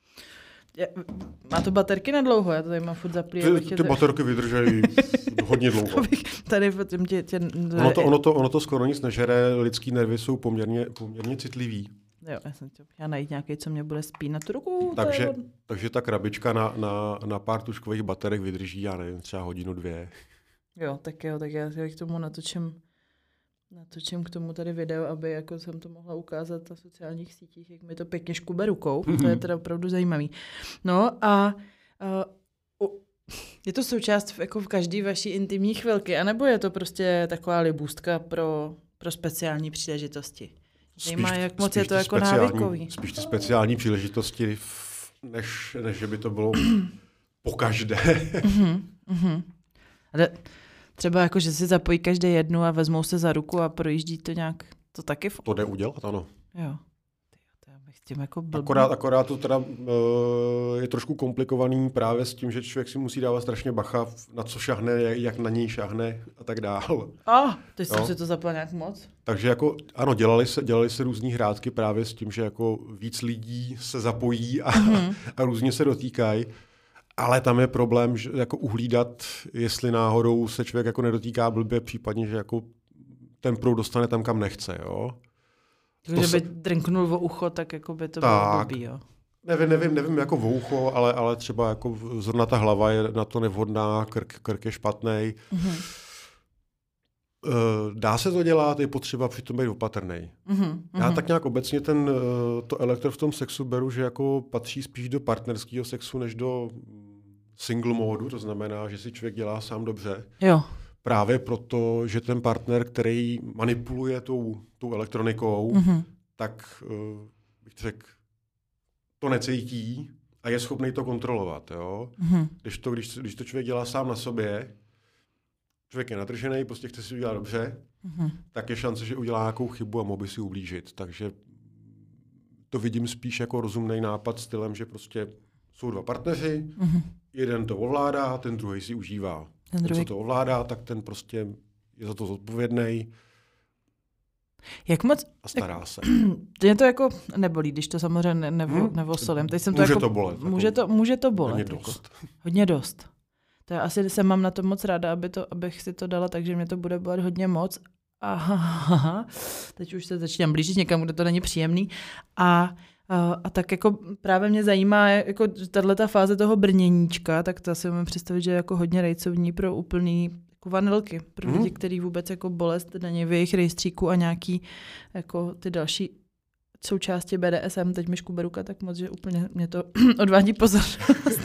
Je, má to baterky na dlouho? Já to tady mám furt zaplý. Ty, ty baterky vydržají hodně dlouho. tady tě, tě... Ono, to, ono, to, ono to skoro nic nežere, lidský nervy jsou poměrně, poměrně citlivý. Jo, já jsem chtěla najít nějaký, co mě bude spínat tu ruku. Takže, takže ta krabička na, na, na pár tuškových baterek vydrží, já nevím, třeba hodinu, dvě. Jo, tak jo, tak já k tomu natočím, natočím k tomu tady video, aby jako jsem to mohla ukázat na sociálních sítích, jak mi to pěkně škube rukou. Mm-hmm. To je teda opravdu zajímavý. No a uh, je to součást jako v každý vaší intimní chvilky, anebo je to prostě taková libůstka pro, pro speciální příležitosti? Zajímá, jak moc spíš je to jako speciální, návykový. Spíš ty speciální příležitosti, než, než že by to bylo pokaždé. uh-huh, uh-huh. Ale třeba jako, že si zapojí každý jednu a vezmou se za ruku a projíždí to nějak, to taky... F- to jde udělat, ano. Jo. S tím jako blbý. Akorát, akorát to teda uh, je trošku komplikovaný právě s tím, že člověk si musí dávat strašně bacha, na co šahne, jak na něj šahne a tak dál. Ah, teď jsem si to zapal nějak moc. Takže jako, ano, dělali se, dělali se různý hrátky právě s tím, že jako víc lidí se zapojí a, mm-hmm. a různě se dotýkají. Ale tam je problém, že jako uhlídat, jestli náhodou se člověk jako nedotýká blbě, případně, že jako ten proud dostane tam, kam nechce, jo. Kdyby se... drinknul o ucho, tak jako by to tak, bylo blbý, jo. Nevím, nevím, nevím jako o ucho, ale, ale třeba jako zrovna ta hlava je na to nevhodná, krk, krk je špatnej. Mm-hmm. Dá se to dělat, je potřeba přitom být opatrnej. Mm-hmm. Já tak nějak obecně ten, to elektro v tom sexu beru, že jako patří spíš do partnerského sexu, než do single módu, to znamená, že si člověk dělá sám dobře. Jo. Právě proto, že ten partner, který manipuluje tou, tou elektronikou, mm-hmm. tak bych řekl, to necítí a je schopný to kontrolovat. Jo? Mm-hmm. Když, to, když, když to člověk dělá sám na sobě, člověk je nadržený, prostě chce si udělat dobře, mm-hmm. tak je šance, že udělá nějakou chybu a mohl by si ublížit. Takže to vidím spíš jako rozumný nápad stylem, že prostě jsou dva partneři, mm-hmm. jeden to ovládá, ten druhý si užívá. Ten, druhý... ten, co to ovládá, tak ten prostě je za to zodpovědnej. Jak moc... A stará se. Mě to jako nebolí, když to samozřejmě ne, nevo, hmm? nevosolím. Teď jsem může to, jako, to bolet. Může to, může to bolet. Hodně jako. dost. Hodně dost. To je, asi jsem mám na to moc ráda, aby to, abych si to dala, takže mě to bude bolet hodně moc. Aha, teď už se začínám blížit někam, kde to není příjemný. A, a, a tak jako právě mě zajímá, jako tato fáze toho brněníčka, tak to si můžu představit, že je jako hodně rejcovní pro úplný jako vanilky, pro lidi, hmm. který vůbec jako bolest není v jejich rejstříku a nějaký jako ty další součásti B D S M, teď mi škube ruka tak moc, že úplně mě to odvádí pozornost.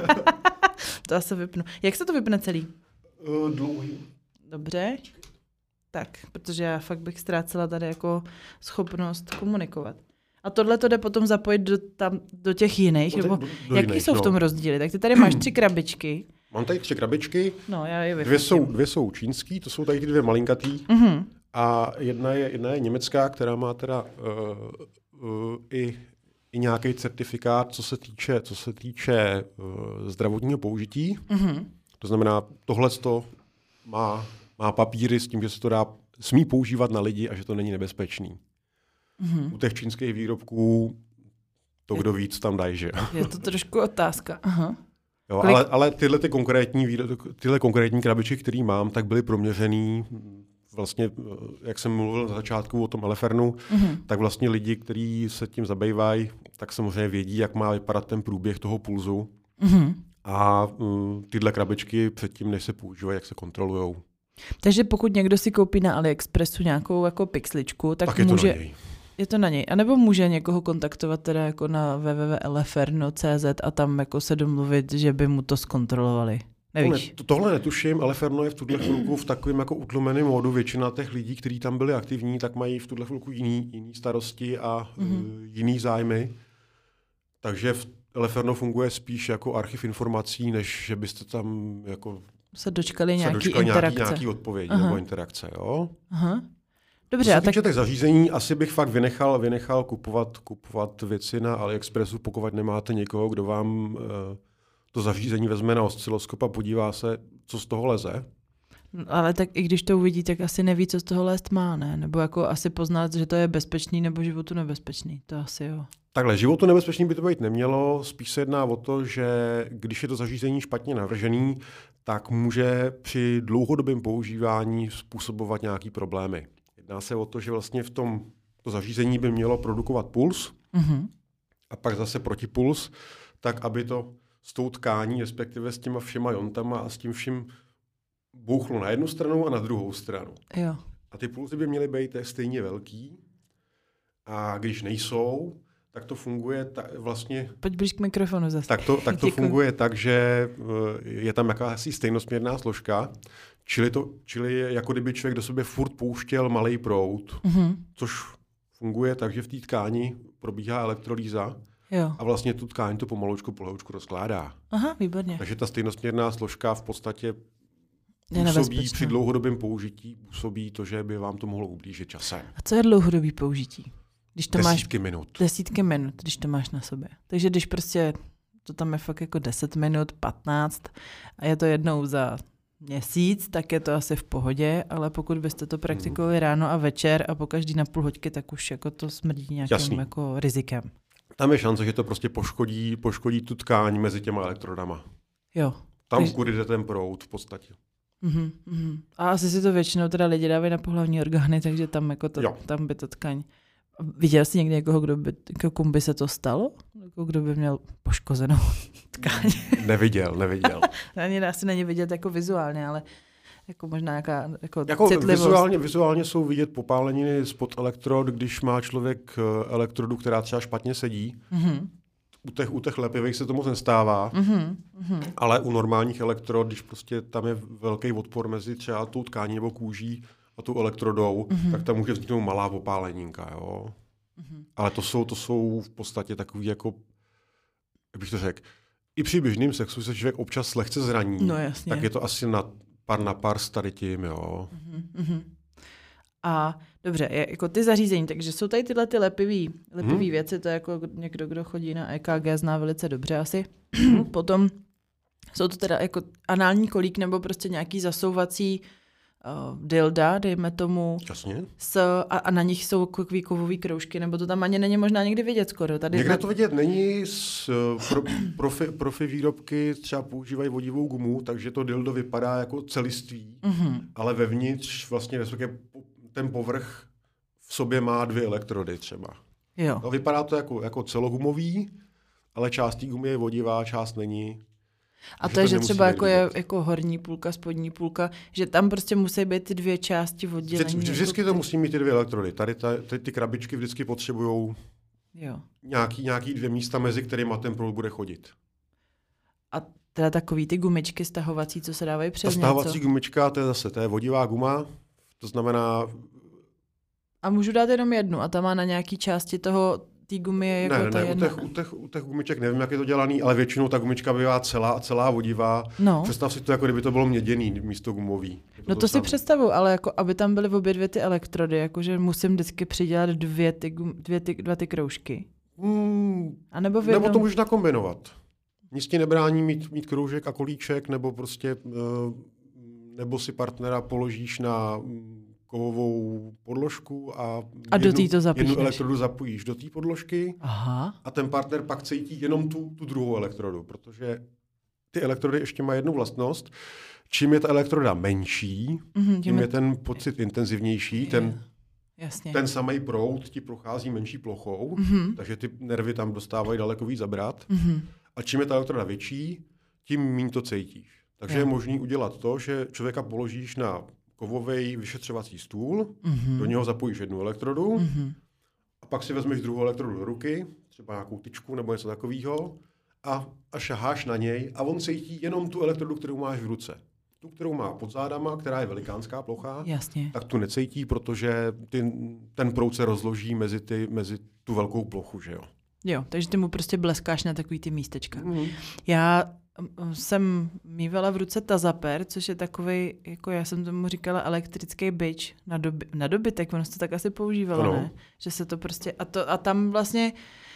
To asi vypnu. Jak se to vypne celý? Uh, dlouhý. Dobře. Tak, protože já fakt bych ztrácela tady jako schopnost komunikovat. A tohle to jde potom zapojit do, tam, do těch jiných, do, nebo do, do jaký jiných, jsou v tom no. rozdíly? Tak ty tady máš tři krabičky. Mám tady tři krabičky. No, já je dvě, jsou, dvě jsou čínský, to jsou tady ty dvě malinkatý. Mm-hmm. A jedna je, jedna je německá, která má teda uh, uh, i, i nějaký certifikát, co se týče, co se týče uh, zdravotního použití. Mm-hmm. To znamená, tohleto má, má papíry s tím, že se to dá, smí používat na lidi a že to není nebezpečný. Mm-hmm. U těch čínských výrobků to, kdo víc tam dají, že? Je to trošku otázka. Aha. Jo, ale, ale tyhle, ty konkrétní, tyhle konkrétní krabičky, které mám, tak byly proměřený vlastně, jak jsem mluvil na začátku o tom Elefernu, mm-hmm. tak vlastně lidi, kteří se tím zabývají, tak samozřejmě vědí, jak má vypadat ten průběh toho pulzu. Mm-hmm. A uh, tyhle krabičky předtím, než se používají, jak se kontrolujou. Takže pokud někdo si koupí na AliExpressu nějakou jako pixličku, tak, tak je může... to na něj. Je to na něj. A nebo může někoho kontaktovat teda jako na w w w tečka eleferno tečka c z a tam jako se domluvit, že by mu to zkontrolovali. Nevíš? To, tohle netuším, Eleferno je v tuhle chvilku v takovém jako utlumeném módu. Většina těch lidí, kteří tam byli aktivní, tak mají v tuhle chvilku jiný, jiný starosti a mm-hmm. uh, jiný zájmy. Takže v Eleferno funguje spíš jako archiv informací, než že byste tam jako se dočkali se nějaký dočkali interakce. Nějaký, nějaký odpovědi Aha. nebo interakce. Jo? Aha. Dobře, co se a týče tak... těch zařízení, asi bych fakt vynechal, vynechal kupovat, kupovat věci na AliExpressu, pokud nemáte někoho, kdo vám uh, to zařízení vezme na osciloskop a podívá se, co z toho leze. Ale tak i když to uvidí, tak asi neví, co z toho lézt má, ne? Nebo jako asi poznat, že to je bezpečný nebo životu nebezpečný. To asi jo. Takhle, životu nebezpečný by to být nemělo. Spíš se jedná o to, že když je to zařízení špatně navržený, tak může při dlouhodobém používání způsobovat nějaký problémy. Jedná se o to, že vlastně v tom to zařízení by mělo produkovat puls mm-hmm. a pak zase protipuls, tak aby to s tou tkání, respektive s těma všema jontama a s tím vším bouchlo na jednu stranu a na druhou stranu. Jo. A ty pulzy by měly být stejně velký a když nejsou, tak to funguje ta, vlastně... Pojď blíž k mikrofonu zase. Tak to, tak to funguje tak, že je tam jakási stejnosměrná složka, čili, to, čili jako kdyby člověk do sebe furt pouštěl malej proud, mm-hmm. což funguje tak, že v té tkáni probíhá elektrolýza Jo. a vlastně tu tkáň to pomaloučku, pomaloučku rozkládá. Aha, výborně. Takže ta stejnosměrná složka v podstatě Je působí při dlouhodobém použití, působí to, že by vám to mohlo ublížit časem. A co je dlouhodobý použití? Když to desítky máš, minut. Desítky minut, když to máš na sobě. Takže když prostě to tam je fakt jako deset minut, patnáct a je to jednou za měsíc, tak je to asi v pohodě, ale pokud byste to praktikovali hmm. ráno a večer a po každý na půl hoďky, tak už jako to smrdí nějakým jako rizikem. Tam je šance, že to prostě poškodí, poškodí tu tkáň mezi těma elektrodama. Jo. Tam, takže... kudy jde ten proud v podstatě. Uhum, uhum. A asi si to většinou teda lidi dávají na pohlavní orgány, takže tam, jako to, tam by to tkaň. Viděl jsi někdy někoho, kdo by, komu by se to stalo? Jako kdo by měl poškozenou tkáň? Neviděl, neviděl. Ani asi není vidět jako vizuálně, ale jako možná nějaká jako, jako citlivost. Vizuálně, vizuálně jsou vidět popáleniny spod elektrod, když má člověk elektrodu, která třeba špatně sedí. Mm-hmm. U těch, u těch lepivých se to moc nestává, mm-hmm. ale u normálních elektrod, když prostě tam je velký odpor mezi třeba tou tkání nebo kůží a tou elektrodou, mm-hmm. tak tam může vzniknout malá popáleninka. Jo? Mm-hmm. Ale to jsou, to jsou v podstatě takový jako, jak bych to řekl, i při běžným sexu se člověk občas lehce zraní, no, jasně. tak je to asi na pár na pár s tady tím. Jo? Mm-hmm. A dobře, je, jako ty zařízení, takže jsou tady tyhle ty lepivý, lepivý hmm. věci, to je jako někdo, kdo chodí na E K G, zná velice dobře asi. Potom jsou to teda jako anální kolík nebo prostě nějaký zasouvací uh, dilda, dejme tomu. Jasně. S, a, a na nich jsou takový kovový kroužky, nebo to tam ani není možná někdy vidět skoro. Tady někde na... to vidět není, s, pro, profi, profi výrobky třeba používají vodivou gumu, takže to dildo vypadá jako celiství, mm-hmm. ale vevnitř vlastně ten povrch v sobě má dvě elektrody třeba. Jo. No, vypadá to jako, jako celogumový, ale část té gumy je vodivá, část není. A to je, že třeba jako je jako horní půlka, spodní půlka, že tam prostě musí být ty dvě části oddělení. Vždy, vždycky to musí mít ty dvě elektrody. Tady ta, ty, ty krabičky vždycky potřebují nějaký, nějaký dvě místa, mezi kterými ten proud bude chodit. A teda takový ty gumičky stahovací, co se dávají přes něco? Ta stahovací gumička, to je zase, to je vodivá guma, to znamená... A můžu dát jenom jednu a ta má na nějaký části toho, té gumy je jako ne, ne, ta ne, jedna. U těch, u, těch, u těch gumiček nevím, jak je to dělaný, ale většinou ta gumička bývá celá, celá vodivá. No. Představ si to, jako kdyby to bylo měděný místo gumový. To no to, to si představuju, ale jako aby tam byly obě dvě ty elektrody, jakože musím vždycky přidělat dvě ty, dvě ty, dva ty kroužky. Hmm, a nebo, jednom... nebo to můžeš nakombinovat. Nic ti nebrání mít, mít kroužek a kolíček, nebo prostě, nebo si partnera položíš na kovovou podložku a, a jednu, do to jednu elektrodu zapojíš do té podložky. Aha. A ten partner pak cítí jenom tu, tu druhou elektrodu, protože ty elektrody ještě mají jednu vlastnost. Čím je ta elektroda menší, mm-hmm, tím je, je ten pocit intenzivnější, je. ten, Jasně. ten samý proud ti prochází menší plochou, mm-hmm. takže ty nervy tam dostávají daleko víc zabrat. Mm-hmm. A čím je ta elektroda větší, tím méně to cítíš. Takže je, je možné udělat to, že člověka položíš na kovový vyšetřovací stůl, mm-hmm. do něho zapojíš jednu elektrodu mm-hmm. a pak si vezmeš druhou elektrodu do ruky, třeba nějakou tyčku nebo něco takového a, a šaháš na něj a on cítí jenom tu elektrodu, kterou máš v ruce. Tu, kterou má pod zádama, která je velikánská plocha, Jasně. tak tu necítí, protože ty, ten proud se rozloží mezi, ty, mezi tu velkou plochu, že jo. Jo, takže ty mu prostě bleskáš na takový ty místečka. Mm-hmm. Já jsem mývala v ruce tazaper, což je takovej, jako já jsem tomu říkala, elektrický bič na, doby, na dobytek, ono se to tak asi používalo, ano. Ne? Že se to prostě, a, to, a tam vlastně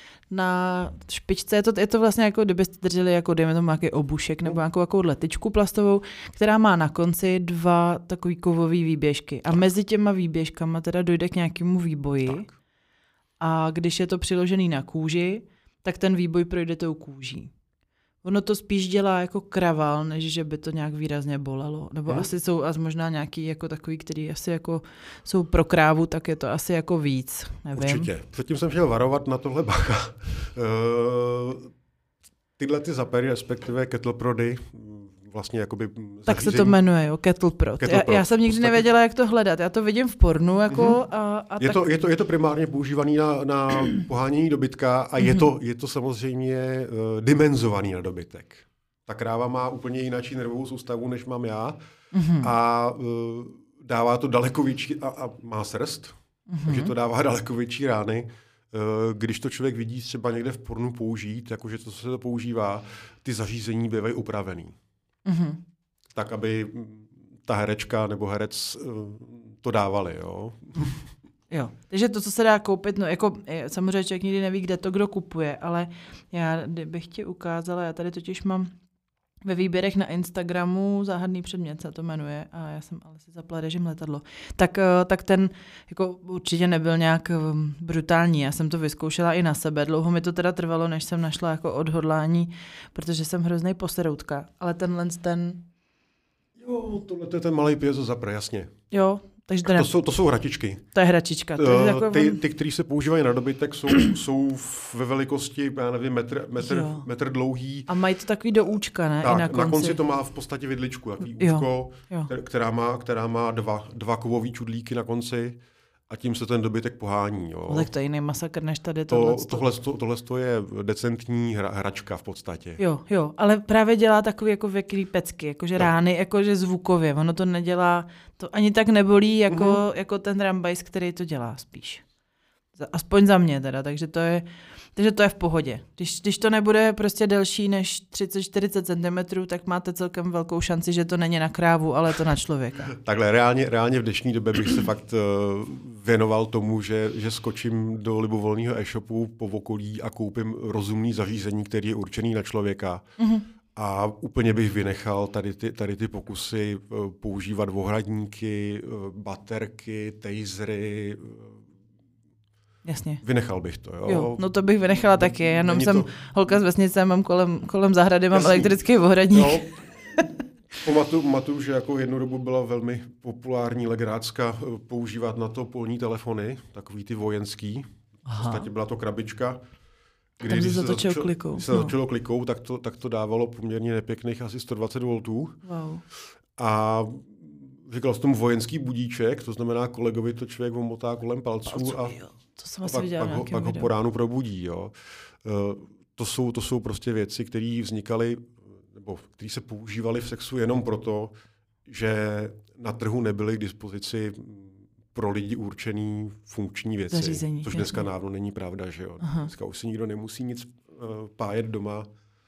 na špičce je to, je to vlastně jako, kdybyste drželi jako, dejme tomu nějaký obušek nebo nějakou jako letičku plastovou, která má na konci dva takový kovový výběžky. A tak. Mezi těma výběžkama teda dojde k nějakému výboji. Tak. A když je to přiložený na kůži, tak ten výboj projde tou kůží. Ono to spíš dělá jako kraval, než že by to nějak výrazně bolelo. Nebo hmm. asi jsou asi možná nějaký jako takový, který asi jako jsou pro krávu, tak je to asi jako víc. Nevím. Určitě. Předtím jsem chtěl varovat na tohle bacha. uh, tyhle ty zapery, respektive kettleprody, vlastně jakoby zařízení. Tak se to jmenuje, jo, kettleprod. Kettle já, já jsem nikdy podstatě... nevěděla, jak to hledat. Já to vidím v pornu. Jako, mm-hmm. a, a je, tak... to, je, to, je to primárně používaný na, na pohánění dobytka a mm-hmm. je, to, je to samozřejmě uh, dimenzovaný na dobytek. Ta kráva má úplně jináčí nervovou soustavu, než mám já mm-hmm. a uh, dává to daleko větší a, a má srst. Mm-hmm. Takže to dává daleko větší rány. Když to člověk vidí třeba někde v pornu použít, jakože to, co se to používá, ty zařízení bývají upravený. Mm-hmm. Tak, aby ta herečka nebo herec to dávali, jo. Jo, takže to, co se dá koupit, no jako samozřejmě člověk nikdy neví, kde to kdo kupuje, ale já bych ti ukázala, já tady totiž mám ve výběrech na Instagramu záhadný předmět se to jmenuje a já jsem ale si zapla režim letadlo. Tak, tak ten jako určitě nebyl nějak brutální, já jsem to vyzkoušela i na sebe. Dlouho mi to teda trvalo, než jsem našla jako odhodlání, protože jsem hroznej poseroutka, ale tenhle ten... Jo, tohle je ten malej piezo zapr, jasně. Jo, takže to, ne... to, jsou, to jsou hračičky. To je hračička. To je jako... Ty, ty které se používají na dobytek, jsou, jsou ve velikosti, já nevím, metr, metr, metr dlouhý. A mají to takový do účka, ne? Tak, I na konci. Na konci to má v podstatě vidličku, takový jo, účko, jo. Která má, která má dva, dva kovový čudlíky na konci a tím se ten dobytek pohání. Jo. No, tak to je jiný masakr, než tady to, tohle. Tohle, to, tohle to je decentní hra, hračka v podstatě. Jo, jo, ale právě dělá takový jako věklý pecky, jakože no. rány, jakože zvukově. Ono to nedělá, to ani tak nebolí, jako, mm-hmm. jako ten rambajs, který to dělá spíš. Aspoň za mě teda, takže to je, takže to je v pohodě. Když, když to nebude prostě delší než třicet čtyřicet centimetrů, tak máte celkem velkou šanci, že to není na krávu, ale to na člověka. Takhle, reálně, reálně v dnešní době bych se fakt uh, věnoval tomu, že, že skočím do libovolného e-shopu po okolí a koupím rozumný zařízení, který je určený na člověka. Mm-hmm. A úplně bych vynechal tady ty, tady ty pokusy uh, používat ohradníky, uh, baterky, tasery, uh, Jasně. Vynechal bych to, jo. jo. No to bych vynechala taky, jenom Není jsem to... holka z vesnice, mám kolem, kolem zahrady, mám Jasný. elektrický ohradník. No, pamatuju, pamatuju, že jako jednu dobu byla velmi populární legrácka používat na to polní telefony, takový ty vojenský. Aha. V podstatě byla to krabička. Kdy, Tam když se zatočilo klikou. Když se no. začalo klikou, tak to, tak to dávalo poměrně nepěkných asi sto dvacet voltů. Wow. A říkal jsem tomu vojenský budíček, to znamená kolegovi to člověk omotá kolem palců, palců a, to jsem a pak, pak, ho, pak ho po ránu probudí. Jo. Uh, to, jsou, to jsou prostě věci, které vznikaly, nebo které se používaly v sexu jenom proto, že na trhu nebyly k dispozici pro lidi určený funkční věci. Zařízení, což dneska dávno není pravda, že jo. Aha. Dneska už si nikdo nemusí nic uh, pájet doma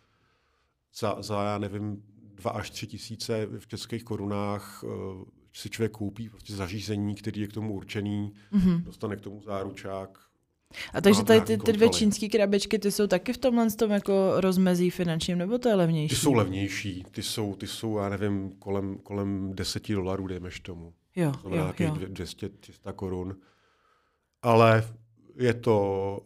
za, za, já nevím, dva až tři tisíce v českých korunách uh, si člověk koupí prostě zařízení, který je k tomu určený, mm-hmm. dostane k tomu záručák. A takže tady ty, ty dvě čínské krabičky, ty jsou taky v tomhle tom jako rozmezí finančním, nebo to je levnější? Ty jsou levnější, ty jsou, ty jsou já nevím, kolem, kolem deset dolarů, dejmeš tomu. Jo, to znamená jo, jo. dvě stě tři sta korun. Ale je to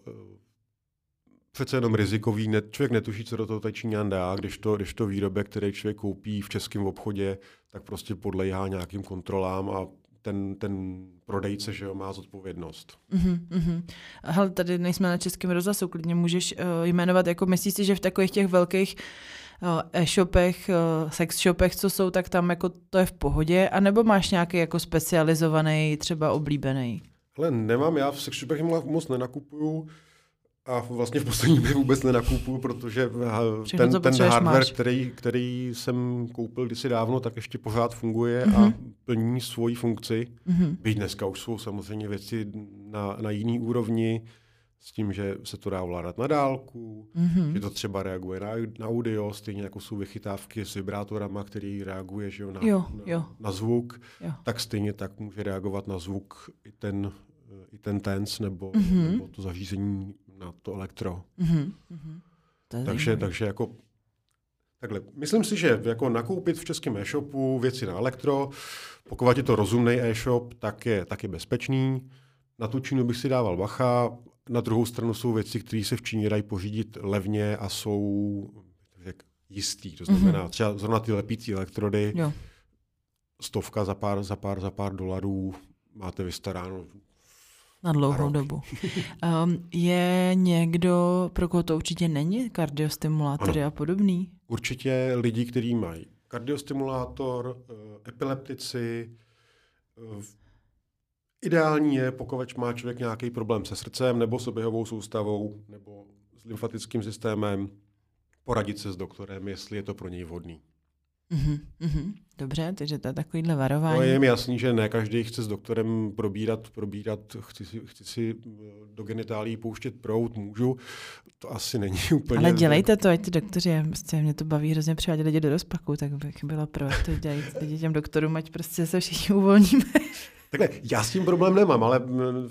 přece jenom rizikový, ne, člověk netuší, co do toho ta Číňan dá, když to, když to výrobek, který člověk koupí v českém obchodě, tak prostě podléhá nějakým kontrolám a ten, ten prodejce, že jo, má zodpovědnost. Uh-huh, uh-huh. Hele, tady nejsme na Českém rozhlasu, klidně můžeš uh, jmenovat, jako myslíš si, že v takových těch velkých uh, e-shopech, uh, sex shopech, co jsou, tak tam jako to je v pohodě, anebo máš nějaký jako specializovaný, třeba oblíbený? Hele, nemám, já v sex shopech moc nenakupuju. A vlastně v poslední době vůbec nenakupuju, protože ten, ten hardware, který, který jsem koupil kdysi dávno, tak ještě pořád funguje mm-hmm. a plní svoji funkci. Mm-hmm. Byť dneska už jsou samozřejmě věci na, na jiný úrovni, s tím, že se to dá ovládat na dálku, mm-hmm. že to třeba reaguje na, na audio, stejně jako jsou vychytávky s vibrátorama, který reaguje že jo, na, jo, na, jo. na zvuk, jo. tak stejně tak může reagovat na zvuk i ten, i ten tense nebo, mm-hmm. nebo to zařízení na to elektro. Mm-hmm. Mm-hmm. To takže, takže jako takhle. Myslím si, že jako nakoupit v českém e-shopu věci na elektro, pokud je to rozumný e-shop, tak je, tak je bezpečný. Na tu Čínu bych si dával bacha. Na druhou stranu jsou věci, které se v Číně dají pořídit levně a jsou jak, jistý. To znamená mm-hmm. třeba zrovna ty lepící elektrody, jo. stovka za pár, za pár, za pár dolarů máte vystaráno na dlouhou dobu. Um, je někdo, pro koho to určitě není, kardiostimulátory ano. a podobný? Určitě lidi, kteří mají kardiostimulátor, uh, epileptici. Uh, ideální je, pokud má člověk nějaký problém se srdcem, nebo s oběhovou soustavou, nebo s lymfatickým systémem, poradit se s doktorem, jestli je to pro něj vhodný. Mm-hmm, mm-hmm. Dobře, takže to je takovýhle varování. No, je mi jasný, že ne každý chce s doktorem probírat, probírat chci, si, chci si do genitálí pouštět proud, můžu, to asi není úplně... Ale dělejte to, ať ty doktoři, prostě mě to baví hrozně přivádět lidi do rozpaku, tak bych byla pro, to dělají lidi těm doktorům, ať prostě se všichni uvolníme. Takhle, já s tím problém nemám, ale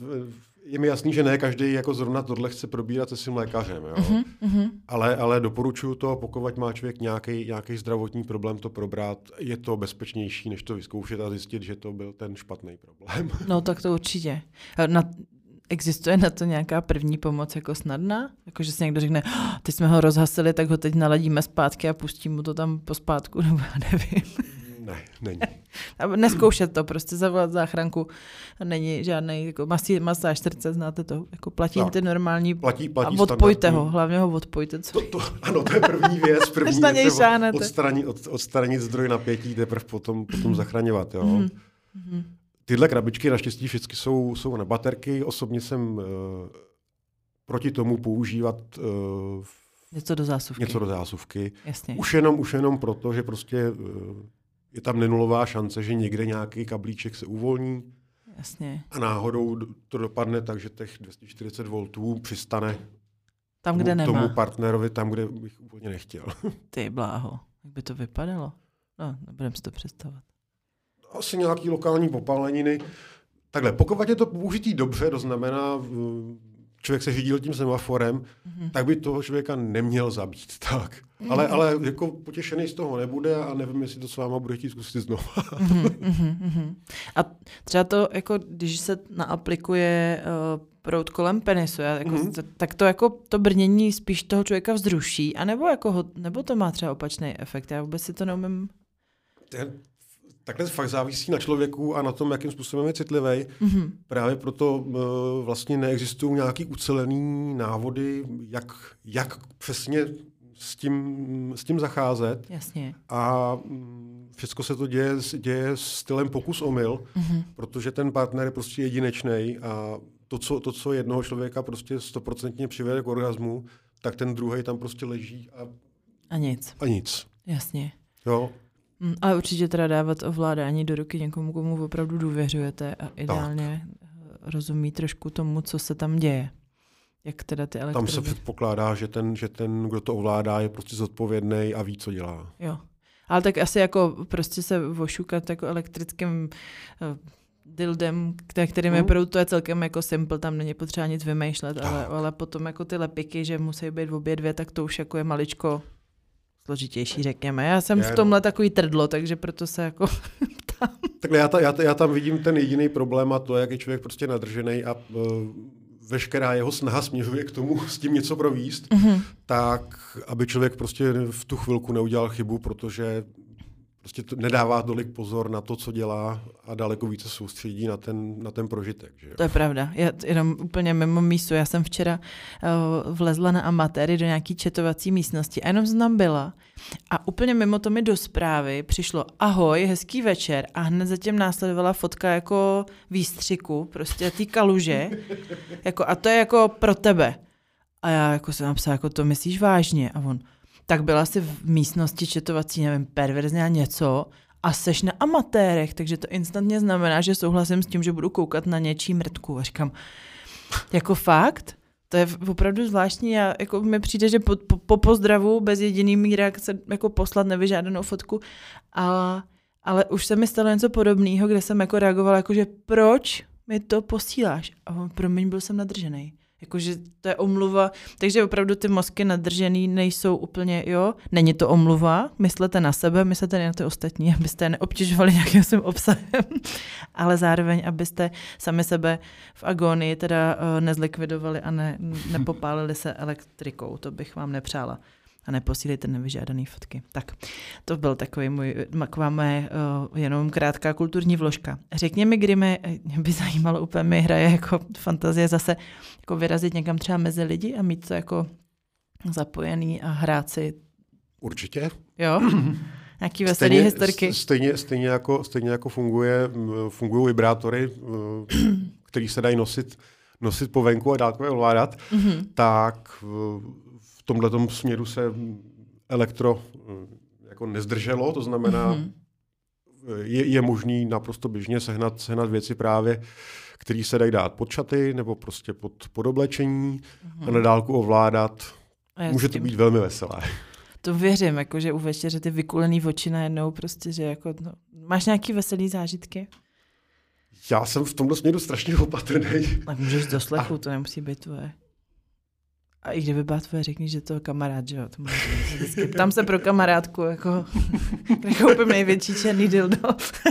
je mi jasný, že ne každý jako zrovna tohle chce probírat se svým lékařem. Jo? Uh-huh, uh-huh. Ale, ale doporučuji to, pokud má člověk nějaký, nějaký zdravotní problém, to probrat, je to bezpečnější, než to vyzkoušet a zjistit, že to byl ten špatný problém. No tak to určitě. Na, existuje na to nějaká první pomoc jako snadná? Jakože si někdo řekne, oh, teď jsme ho rozhasili, tak ho teď naladíme zpátky a pustím mu to tam pospátku, nebo já nevím. Ne, není. A neskoušet to, prostě zavolat záchranku. Není žádný jako masí, masáž srdce, znáte to. Jako platí no, ty normální platí, platí a odpojte ho, hlavně ho odpojte. Co? To, to, ano, to je první věc. První věc odstranit, od, odstranit zdroj napětí, teprve potom, potom zachraňovat. Jo. Mm-hmm. Tyhle krabičky naštěstí všechny jsou, jsou na baterky. Osobně jsem uh, proti tomu používat uh, něco do zásuvky. Něco do zásuvky. Jasně. Už jenom, už jenom proto, že prostě uh, je tam nenulová šance, že někde nějaký kablíček se uvolní. Jasně. A náhodou to dopadne tak, že těch dvě stě čtyřicet voltů přistane tam, kde tomu, nemá. tomu partnerovi tam, kde bych úplně nechtěl. Ty bláho, jak by to vypadalo? No, nebudem si to představovat. Asi nějaký lokální popáleniny. Takhle, pokud je to použitý dobře, to znamená, člověk se řídil tím semaforem, mm-hmm. tak by toho člověka neměl zabít. Tak. Mm-hmm. Ale, ale jako potěšený z toho nebude a nevím, jestli to s váma bude chtít zkusit znovu. mm-hmm. A třeba to, jako, když se naaplikuje uh, proud kolem penisu, jako, mm-hmm. tak to jako to brnění spíš toho člověka vzruší, anebo, jako, nebo to má třeba opačný efekt? Já vůbec si to neumím... Ten... Takhle fakt závisí na člověku a na tom, jakým způsobem je citlivý. Mm-hmm. Právě proto uh, vlastně neexistují nějaký ucelený návody, jak, jak přesně s tím, s tím zacházet. Jasně. A um, všechno se to děje, děje stylem pokus-omyl, mm-hmm. protože ten partner je prostě jedinečný a to co, to, co jednoho člověka prostě stoprocentně přivede k orgazmu, tak ten druhej tam prostě leží a, a nic. A nic. Jasně. Jo. Mm, ale určitě teda dávat ovládání do ruky někomu, komu opravdu důvěřujete a ideálně tak. rozumí trošku tomu, co se tam děje. Jak teda ty elektrody... Tam se předpokládá, že ten, že ten, kdo to ovládá, je prostě zodpovědný a ví, co dělá. Jo. Ale tak asi jako prostě se vošukat jako elektrickým uh, dildem, kterým je proud, to je celkem jako simple, tam není potřeba nic vymýšlet, ale, ale potom jako ty lepiky, že musí být v obě dvě, tak to už jako je maličko složitější, řekněme. Já jsem je, v tomhle no. takový trdlo, takže proto se jako ptám. Takhle já, ta, já, ta, já tam vidím ten jediný problém a to, jak je člověk prostě nadržený a uh, veškerá jeho snaha směřuje k tomu s tím něco províst, mm-hmm. tak aby člověk prostě v tu chvilku neudělal chybu, protože prostě to nedává tolik pozor na to, co dělá a daleko více soustředí na ten, na ten prožitek. Že jo? To je pravda. Já jenom úplně mimo místu. Já jsem včera uh, vlezla na amatéry do nějaký četovací místnosti a jenom jsem tam byla a úplně mimo to mi do zprávy přišlo ahoj, hezký večer a hned zatím následovala fotka jako výstřiku, prostě tý kaluže jako, a to je jako pro tebe. A já jako jsem napsala, jako to myslíš vážně? A on tak byla si v místnosti četovací, nevím, perverzně a něco a seš na amatérech, takže to instantně znamená, že souhlasím s tím, že budu koukat na něčí mrtku. A říkám, jako fakt? To je opravdu zvláštní a jako mi přijde, že po, po, po pozdravu bez jediným reakce jako poslat nevyžádanou fotku, a, ale už se mi stalo něco podobného, kde jsem jako reagovala, jako, že proč mi to posíláš? A on, promiň, byl jsem nadržený. Jakože to je omluva, takže opravdu ty mozky nadržený nejsou úplně, jo, není to omluva, myslete na sebe, myslete na ty ostatní, abyste je neobtěžovali nějakým svým obsahem, ale zároveň, abyste sami sebe v agónii teda uh, nezlikvidovali a ne, nepopálili se elektrikou, to bych vám nepřála. A neposílejte nevyžádané fotky. Tak, to byl takový můj, taková moje uh, jenom krátká kulturní vložka. Řekni mi, kdy mě by zajímalo, úplně mi hraje jako fantazie zase jako vyrazit někam třeba mezi lidi a mít to jako zapojený a hrát si. Určitě. Jo? Nějaký veselý historky. Stejně, stejně, jako, stejně jako funguje, fungují vibrátory, který se dají nosit, nosit po venku a dálkově ovládat, mm-hmm. tak v tomhletom směru se elektro, jako nezdrželo, to znamená, mm-hmm. je, je možný naprosto běžně sehnat, sehnat věci právě, které se dají dát pod šaty nebo prostě pod, pod oblečení mm-hmm. a na dálku ovládat. Může to být velmi veselé. To věřím, jako, že u večeře ty vykulený oči najednou prostě, že jako, no, máš nějaký veselý zážitky? Já jsem v tomhle směru strašně opatrný. Tak můžeš do slechu, a... to nemusí být tvoje. A i kdyby byla tvoje, řekni, že to je kamarád, že jo? To vždycky ptám se pro kamarádku, jako, kde koupím největší černý dildo.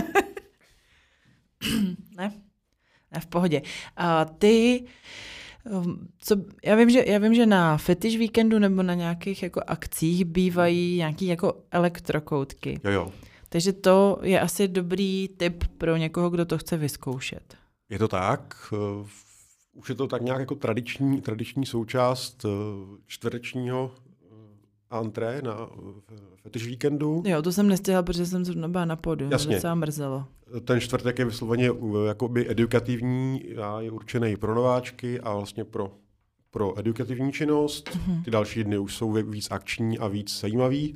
Ne? Ne, v pohodě. A ty... Co, já, vím, že, já vím, že na fetiš víkendu nebo na nějakých jako akcích bývají nějaký jako elektrokoutky. Jo, jo. Takže to je asi dobrý tip pro někoho, kdo to chce vyzkoušet. Je to tak. Už je to tak nějak jako tradiční, tradiční součást čtvrtečního antré na fetiš víkendu. Jo, to jsem nestihla, protože jsem zrovna byla na podu. Jasně. To docela mrzelo. Ten čtvrtek je vysloveně jakoby edukativní a je určený pro nováčky a vlastně pro, pro edukativní činnost. Mm-hmm. Ty další dny už jsou víc akční a víc zajímavý.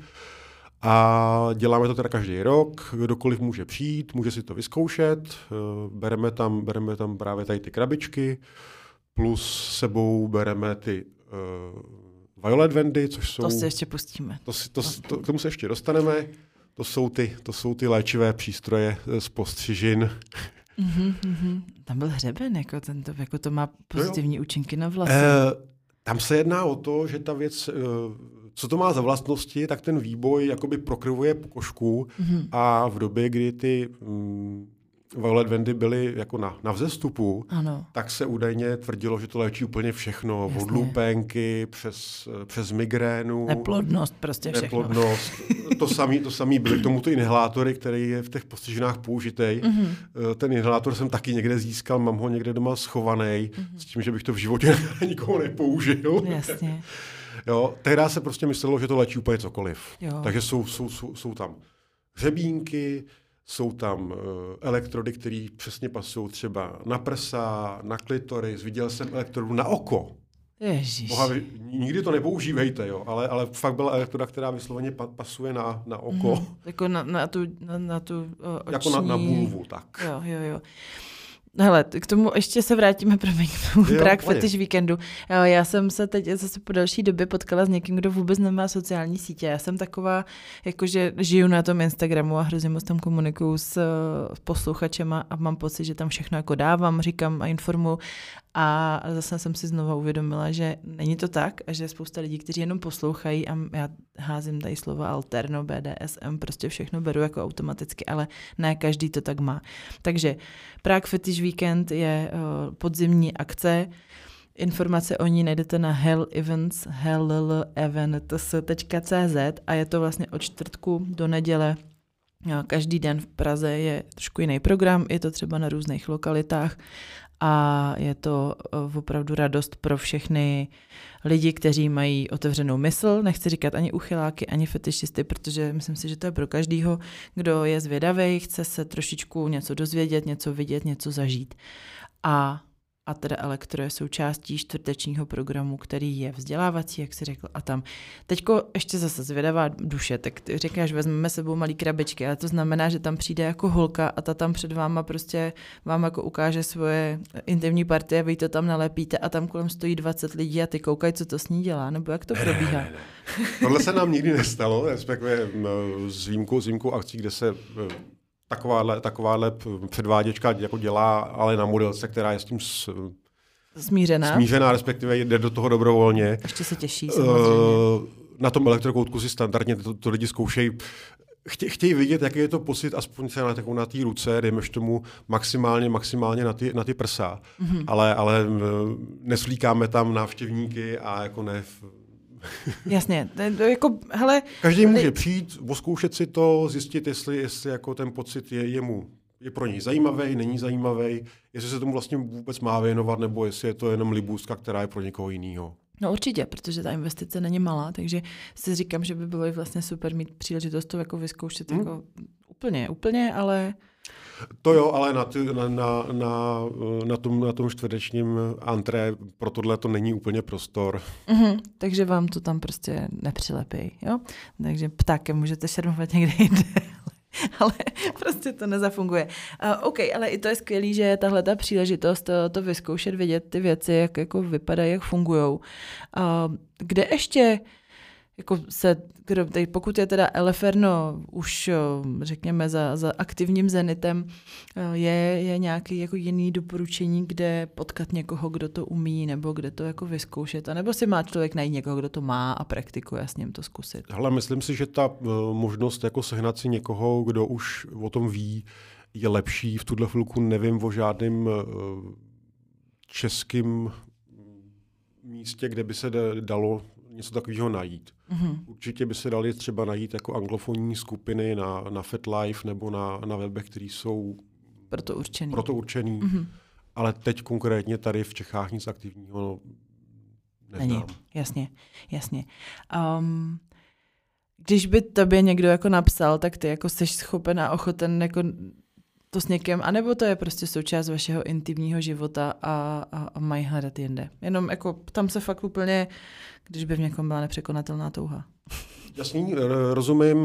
A děláme to teda každý rok. Kdokoliv může přijít, může si to vyzkoušet. Bereme tam, bereme tam právě tady ty krabičky, plus sebou bereme ty uh, Violet Wendy, což jsou... To si ještě pustíme. To, to, to, k tomu se ještě dostaneme. To jsou ty, to jsou ty léčivé přístroje z postřižin. Mm-hmm, mm-hmm. Tam byl hřeben, jako, tento, jako to má pozitivní no účinky na vlasy. E, tam se jedná o to, že ta věc, e, co to má za vlastnosti, tak ten výboj jakoby prokrvuje pokožku mm-hmm. a v době, kdy ty mm, Violet Wendy byly jako na, na vzestupu, ano. tak se údajně tvrdilo, že to léčí úplně všechno. Jasně. Od lupénky přes, přes migrénu. Neplodnost prostě všechno. Neplodnost. To samý, to samý byly k tomu ty inhalátory, který je v těch postiženách použitej. Mm-hmm. Ten inhalátor jsem taky někde získal, mám ho někde doma schovaný, mm-hmm. s tím, že bych to v životě nikoho nepoužil. Jasně. Jo, tehdy se prostě myslelo, že to léčí úplně cokoliv. Jo. Takže jsou, jsou, jsou, jsou tam hřebínky, jsou tam uh, elektrody, které přesně pasují třeba na prsa, na klitoris. Viděl jsem elektrodu na oko. Ježiš. Boha, nikdy to nepoužívejte, jo, ale, ale fakt byla elektroda, která vysloveně pa, pasuje na, na oko. Mm, jako na, na tu, na, na tu uh, oční... Jako na, na bulvu, tak. Jo, jo, jo. Hele, k tomu ještě se vrátíme, promiň, k tomu Prague Fetish víkendu. Já jsem se teď zase po další době potkala s někým, kdo vůbec nemá sociální sítě. Já jsem taková, jakože žiju na tom Instagramu a hrozně moc tam komunikuju s, s posluchačema a mám pocit, že tam všechno jako dávám, říkám a informuji. A zase jsem si znovu uvědomila, že není to tak a že je spousta lidí, kteří jenom poslouchají a já házím tady slova alterno, bé dé es em, prostě všechno beru jako automaticky, ale ne každý to tak má. Takže Prague Fetish Weekend je uh, podzimní akce. Informace o ní najdete na hell events tečka cé zet a je to vlastně od čtvrtku do neděle. Každý den v Praze je trošku jiný program, je to třeba na různých lokalitách a je to opravdu radost pro všechny lidi, kteří mají otevřenou mysl. Nechci říkat ani uchyláky, ani fetišisty, protože myslím si, že to je pro každýho, kdo je zvědavý, chce se trošičku něco dozvědět, něco vidět, něco zažít. A A teda elektro je součástí čtvrtečního programu, který je vzdělávací, jak jsi řekl. A tam teďko ještě zase zvědavá duše, tak ty říkáš, vezmeme sebou malý krabičky, ale to znamená, že tam přijde jako holka a ta tam před váma prostě vám jako ukáže svoje intimní partie, vy to tam nalepíte a tam kolem stojí dvacet lidí a ty koukají, co to s ní dělá, nebo jak to ne, probíhá. Ne, ne. Tohle se nám nikdy nestalo, respektive s výjimkou, s výjimkou akcí, kde se Takováhle, takováhle předváděčka jako dělá, ale na modelce, která je s tím s, smířená. smířená, respektive jde do toho dobrovolně. Ještě se těší samozřejmě. Na tom elektrokoutku si standardně to, to lidi zkoušejí. Chtě, chtějí vidět, jaký je to pocit, aspoň se na, na té ruce, dejmeš tomu maximálně, maximálně na ty, na ty prsa. Mm-hmm. Ale, ale neslíkáme tam návštěvníky a jako ne... Jasně, to jako, hele... Každý může přijít, oskoušet si to, zjistit, jestli, jestli jako ten pocit je jemu je pro něj zajímavý, není zajímavý, jestli se tomu vlastně vůbec má věnovat, nebo jestli je to jenom libůstka, která je pro někoho jiného. No určitě, protože ta investice není malá, takže si říkám, že by bylo vlastně super mít příležitost to jako vyzkoušet hmm. jako úplně, úplně, ale... To jo, ale na, ty, na, na, na, na, tom, na tom čtvrtečním antré pro tohle to není úplně prostor. Mm-hmm, takže vám to tam prostě nepřilepí, jo? Takže ptákem můžete šermovat někde jinde, ale prostě to nezafunguje. Uh, OK, ale i to je skvělý, že je tahle ta příležitost to, to vyzkoušet, vidět ty věci, jak jako vypadají, jak fungujou. Uh, kde ještě jako se, kdo, pokud je teda Eleferno už, řekněme, za, za aktivním zenitem, je, je nějaký jako jiný doporučení, kde potkat někoho, kdo to umí, nebo kde to jako vyzkoušet, anebo si má člověk najít někoho, kdo to má a praktikuje a s ním to zkusit? Hele, myslím si, že ta uh, možnost jako sehnat si někoho, kdo už o tom ví, je lepší. V tuhle chvilku nevím o žádném uh, českém místě, kde by se dalo něco takového najít. Mm-hmm. Určitě by se dali třeba najít jako anglofonní skupiny na, na FetLife nebo na, na webech, které jsou proto určený. Proto určený. Mm-hmm. Ale teď konkrétně tady v Čechách nic aktivního neznám. Není. Jasně, jasně. Um, když by tobě někdo jako napsal, tak ty jako jsi schopen a ochoten jako to s někým, anebo to je prostě součást vašeho intimního života a, a, a mají hledat jinde. Jenom jako tam se fakt úplně, když by v někom byla nepřekonatelná touha. Jasný, rozumím.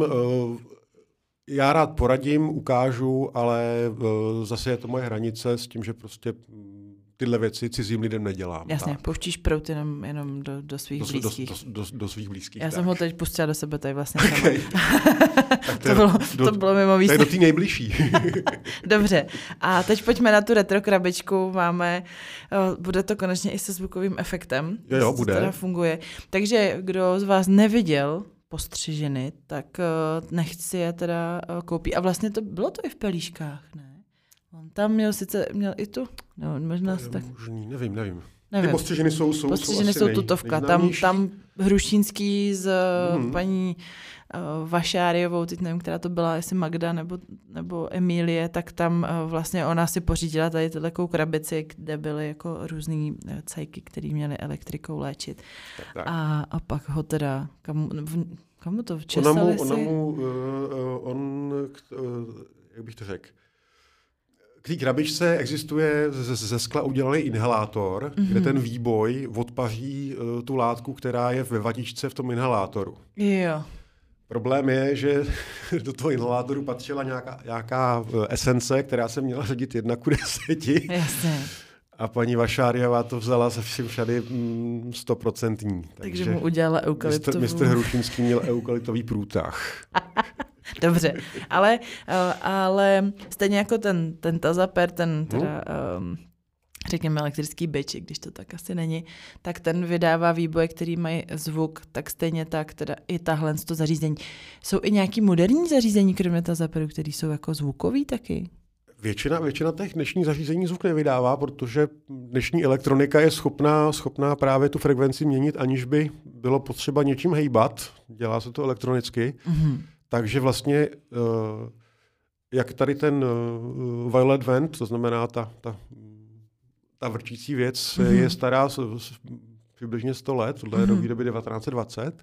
Já rád poradím, ukážu, ale zase je to moje hranice s tím, že prostě tyhle věci cizím lidem nedělám. Jasně, tak. Pouštíš prout jenom, jenom do, do svých do, blízkých. Do, do, do, do svých blízkých. Já tak. jsem ho teď pustila do sebe tady vlastně. Okay. Tak to, to, bylo, do, to bylo mimo výsledek. To je do té nejbližší. Dobře, a teď pojďme na tu retro krabičku. Máme, bude to konečně i se zvukovým efektem. Jo, jo, bude. To teda funguje. Takže kdo z vás neviděl postřiženy, tak nechť si je teda koupí. A vlastně to bylo to i v pelíškách, ne? On tam měl sice, měl i tu, no možná tak. Možný, nevím, nevím. Nevím. Ty postřiženy jsou, jsou, postřiženy jsou, jsou nej, tutovka. Tam, tam Hrušínský s mm. paní uh, Vašáriovou, teď nevím, která to byla, jestli Magda nebo, nebo Emílie, tak tam uh, vlastně ona si pořídila tady takovou krabici, kde byly jako různý uh, cajky, který měly elektrikou léčit. Tak, tak. A, a pak ho teda, kamu, v, kamu to včesali ona mu, si? ona mu, uh, on, uh, jak bych to řekl, k té krabičce existuje ze, ze skla udělaný inhalátor, mm-hmm. kde ten výboj odpaří uh, tu látku, která je ve vatičce v tom inhalátoru. Jo. Problém je, že do toho inhalátoru patřila nějaká, nějaká esence, která se měla řadit jedna ku deseti. Jasně. A paní Vašáriová to vzala se vším všady stoprocentní. Takže, takže mu udělala eukalyptovou. mistr Hrušínský měl eukalyptový průtah. Dobře, ale, ale stejně jako ten, ten tazaper, ten teda, um, řekněme elektrický bič, když to tak asi není, tak ten vydává výboje, který mají zvuk, tak stejně tak teda i tahle to zařízení. Jsou i nějaký moderní zařízení, kromě tazaperu, který jsou jako zvukový taky? Většina, většina těch dnešních zařízení zvuk nevydává, protože dnešní elektronika je schopná, schopná právě tu frekvenci měnit, aniž by bylo potřeba něčím hejbat. Dělá se to elektronicky. Mm-hmm. Takže vlastně, jak tady ten Violet Vent, to znamená ta, ta, ta vrčící věc, mm-hmm. je stará přibližně sto let, tohle je mm-hmm. do výroby devatenáct dvacet,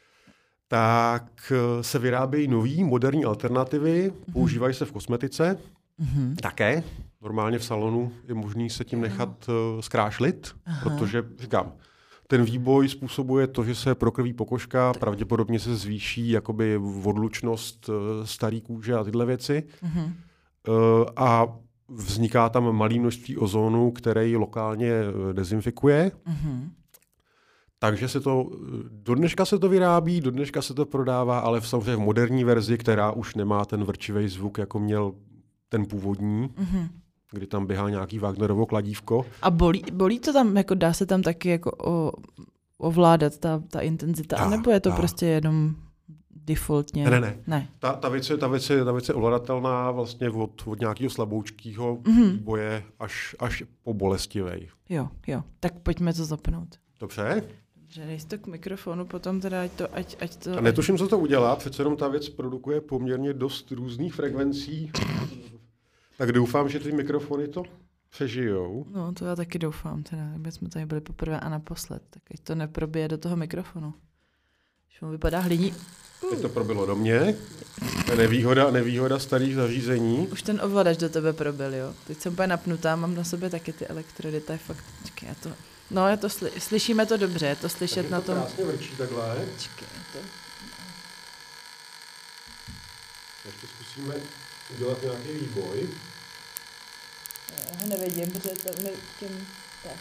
tak se vyrábějí nový moderní alternativy, mm-hmm. používají se v kosmetice, mm-hmm. také. Normálně v salonu je možný se tím nechat zkrášlit, aha. protože, říkám, ten výboj způsobuje to, že se prokrví pokožka, pravděpodobně se zvýší jakoby odlučnost staré kůže a tyhle věci. Mm-hmm. A vzniká tam malé množství ozónu, který lokálně dezinfikuje. Mm-hmm. Takže se to, do dneška se to vyrábí, do dneška se to prodává, ale v samozřejmě v moderní verzi, která už nemá ten vrčivý zvuk, jako měl ten původní. Mm-hmm. Kdy tam běhá nějaký Wagnerovo kladívko. A bolí, bolí to tam, jako dá se tam taky jako o, ovládat ta, ta intenzita, dá, anebo je to dá. Prostě jenom defaultně? Ne, ne, ne. ne. Ta, ta, věc je, ta, věc je, ta věc je ovladatelná vlastně od, od nějakého slaboučkého mm-hmm. výboje až, až po bolestivej. Jo, jo. Tak pojďme to zapnout. Dobře. Dobře, dej to k mikrofonu, potom teda ať to... Ať, ať to A netuším, co to udělá, přece jenom ta věc produkuje poměrně dost různých frekvencí. Tak doufám, že ty mikrofony to přežijou. No, to já taky doufám, teda, aby jsme tady byli poprvé a naposled, tak ať to neprobije do toho mikrofonu. Už mu vypadá hliní. Teď to probilo do mě. To je nevýhoda, nevýhoda starých zařízení. Už ten ovladač do tebe probil, jo. Teď jsem úplně napnutá, mám na sobě taky ty elektrody, to je fakt, čekaj, já to, no, já to sli, slyšíme to dobře, je to slyšet tak na to tom. krásně vrčí takhle. Čekaj, to... Ještě zkusíme udělat nějaký výboj. Já ho nevidím, protože to mi tím, tak.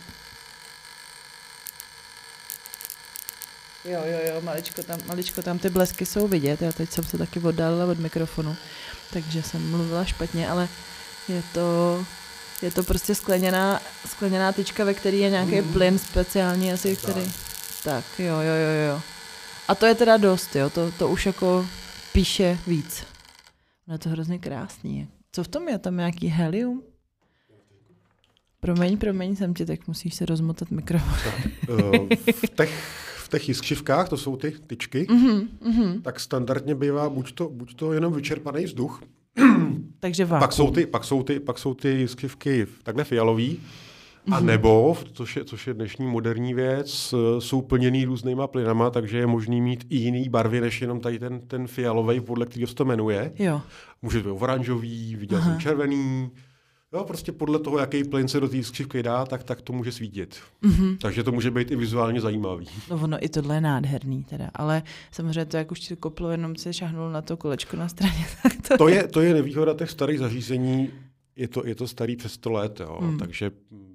Jo, jo, jo, maličko tam, maličko tam ty blesky jsou vidět, já teď jsem se taky oddálila od mikrofonu, takže jsem mluvila špatně, ale je to, je to prostě skleněná, skleněná tyčka, ve které je nějaký mm. plyn speciální, asi tak, který, tak, jo, jo, jo, jo. A to je teda dost, jo, to, to už jako píše víc. Je to hrozně krásný. Co v tom je? Tam nějaký helium? Promiň, promiň, jsem ti, tak musíš se rozmotat mikrofon. v těch, v těch jiskřivkách, to jsou ty tyčky, mm-hmm, mm-hmm. tak standardně bývá buď to, buď to jenom vyčerpaný vzduch, takže vákuum. Pak jsou ty, pak jsou ty, pak jsou ty jiskřivky takhle fialový, mm-hmm. a nebo, což je, což je dnešní moderní věc, jsou plněný různýma plynama, takže je možný mít i jiný barvy, než jenom tady ten, ten fialový, podle kterého se to jmenuje. Jo. Může být oranžový, viděl jsem červený. Jo, prostě podle toho, jaký plyn se do té jiskřivky dá, tak, tak to může svítit. Mm-hmm. Takže to může být i vizuálně zajímavý. No ono i tohle je nádherný teda, ale samozřejmě to, jak už ti koplo, jenom se šahnul na to kolečko na straně. Tak to, to, je, to je nevýhoda těch starých zařízení, je to, je to starý přes sto let, jo, mm. takže...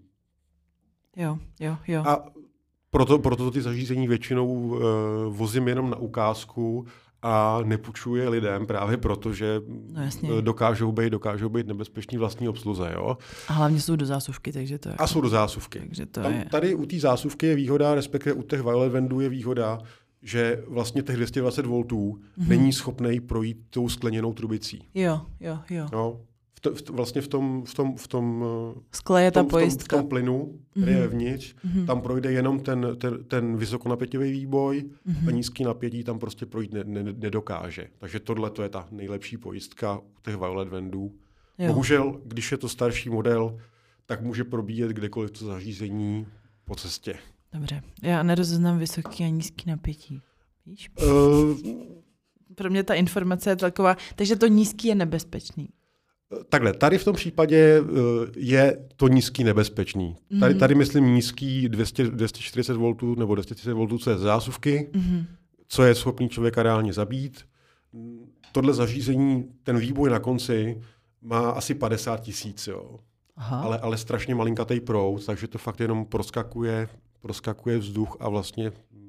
Jo, jo, jo. A proto, proto ty zařízení většinou uh, vozím jenom na ukázku a nepůjčuje lidem právě proto, že no, dokážou být, dokážou být nebezpeční vlastní obsluze. Jo? A hlavně jsou do zásuvky, takže to je... A jsou do zásuvky. Takže to Tam, je... Tady u té zásuvky je výhoda, respektive u těch Violet Vandů je výhoda, že vlastně těch dvě stě dvacet voltů mm-hmm. není schopný projít tou skleněnou trubicí. Jo, jo, jo. jo? V to, v, vlastně v tom, v tom, v tom, skle je ta v tom, pojistka. V tom, v tom plynu, který mm-hmm. je vevnitř, mm-hmm. tam projde jenom ten, ten, ten vysokonapěťový výboj mm-hmm. a nízký napětí tam prostě projít ne, ne, nedokáže. Takže tohle to je ta nejlepší pojistka u těch Violet Vandů. Bohužel, když je to starší model, tak může probíjet kdekoliv to zařízení po cestě. Dobře, já nerozeznám vysoký a nízký napětí. Víš? Uh, Pro mě ta informace je taková, takže to nízký je nebezpečný. Takhle, tady v tom případě uh, je to nízký nebezpečný. Mm-hmm. Tady, tady myslím nízký dvě stě, dvě stě čtyřicet voltů nebo dvě stě třicet voltů, co je z zásuvky, mm-hmm. co je schopný člověka reálně zabít. Tohle zařízení, ten výboj na konci má asi padesát tisíc, jo. Ale, ale strašně malinkatej proud, takže to fakt jenom proskakuje, proskakuje vzduch a vlastně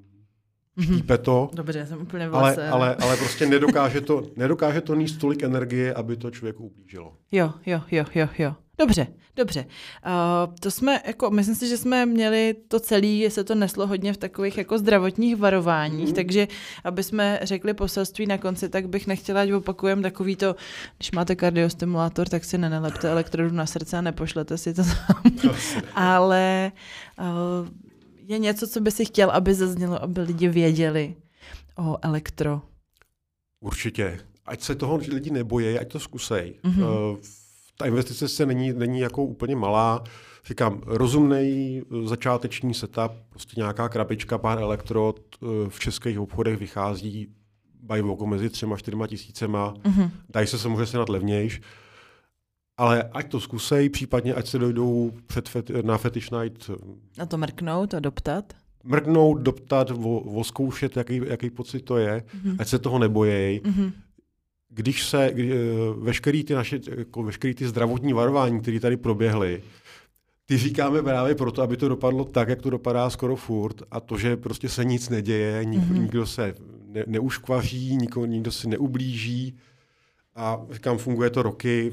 štípe to. Dobře, já jsem úplně v ale, ale, ale prostě nedokáže to, nedokáže to níst tolik energie, aby to člověku ublížilo. Jo, jo, jo, jo, jo. Dobře, dobře. Uh, to jsme, jako, myslím si, že jsme měli to celé, se to neslo hodně v takových jako zdravotních varováních, mm. takže aby jsme řekli poselství na konci, tak bych nechtěla, ať opakujem takový to, když máte kardiostimulátor, tak si nenalepte elektrodu na srdce a nepošlete si to tam. Ale uh, je něco, co by si chtěl, aby zaznělo, aby lidi věděli o elektro. Určitě. Ať se toho lidi nebojí, ať to zkusej. Mm-hmm. Uh, ta investice se není, není jako úplně malá. Říkám, rozumnej začáteční setup, prostě nějaká krabička, pár elektrod v českých obchodech vychází bají oko mezi třema, čtyřma tisícema. Mm-hmm. Dají se samozřejmě senat levnějš. Ale ať to zkusej, případně ať se dojdou před feti- na Fetish Night. Na to mrknout a doptat? Mrknout, doptat, vo, voskoušet, jaký, jaký pocit to je. Mm-hmm. Ať se toho nebojí. Mm-hmm. Když se kdy, veškerý ty naše, jako veškerý ty zdravotní varování, které tady proběhly, ty říkáme právě proto, aby to dopadlo tak, jak to dopadá skoro furt, a to, že prostě se nic neděje, nik, mm-hmm. nikdo se ne, neuškvaří, nikdo, nikdo si neublíží a říkám, funguje to roky.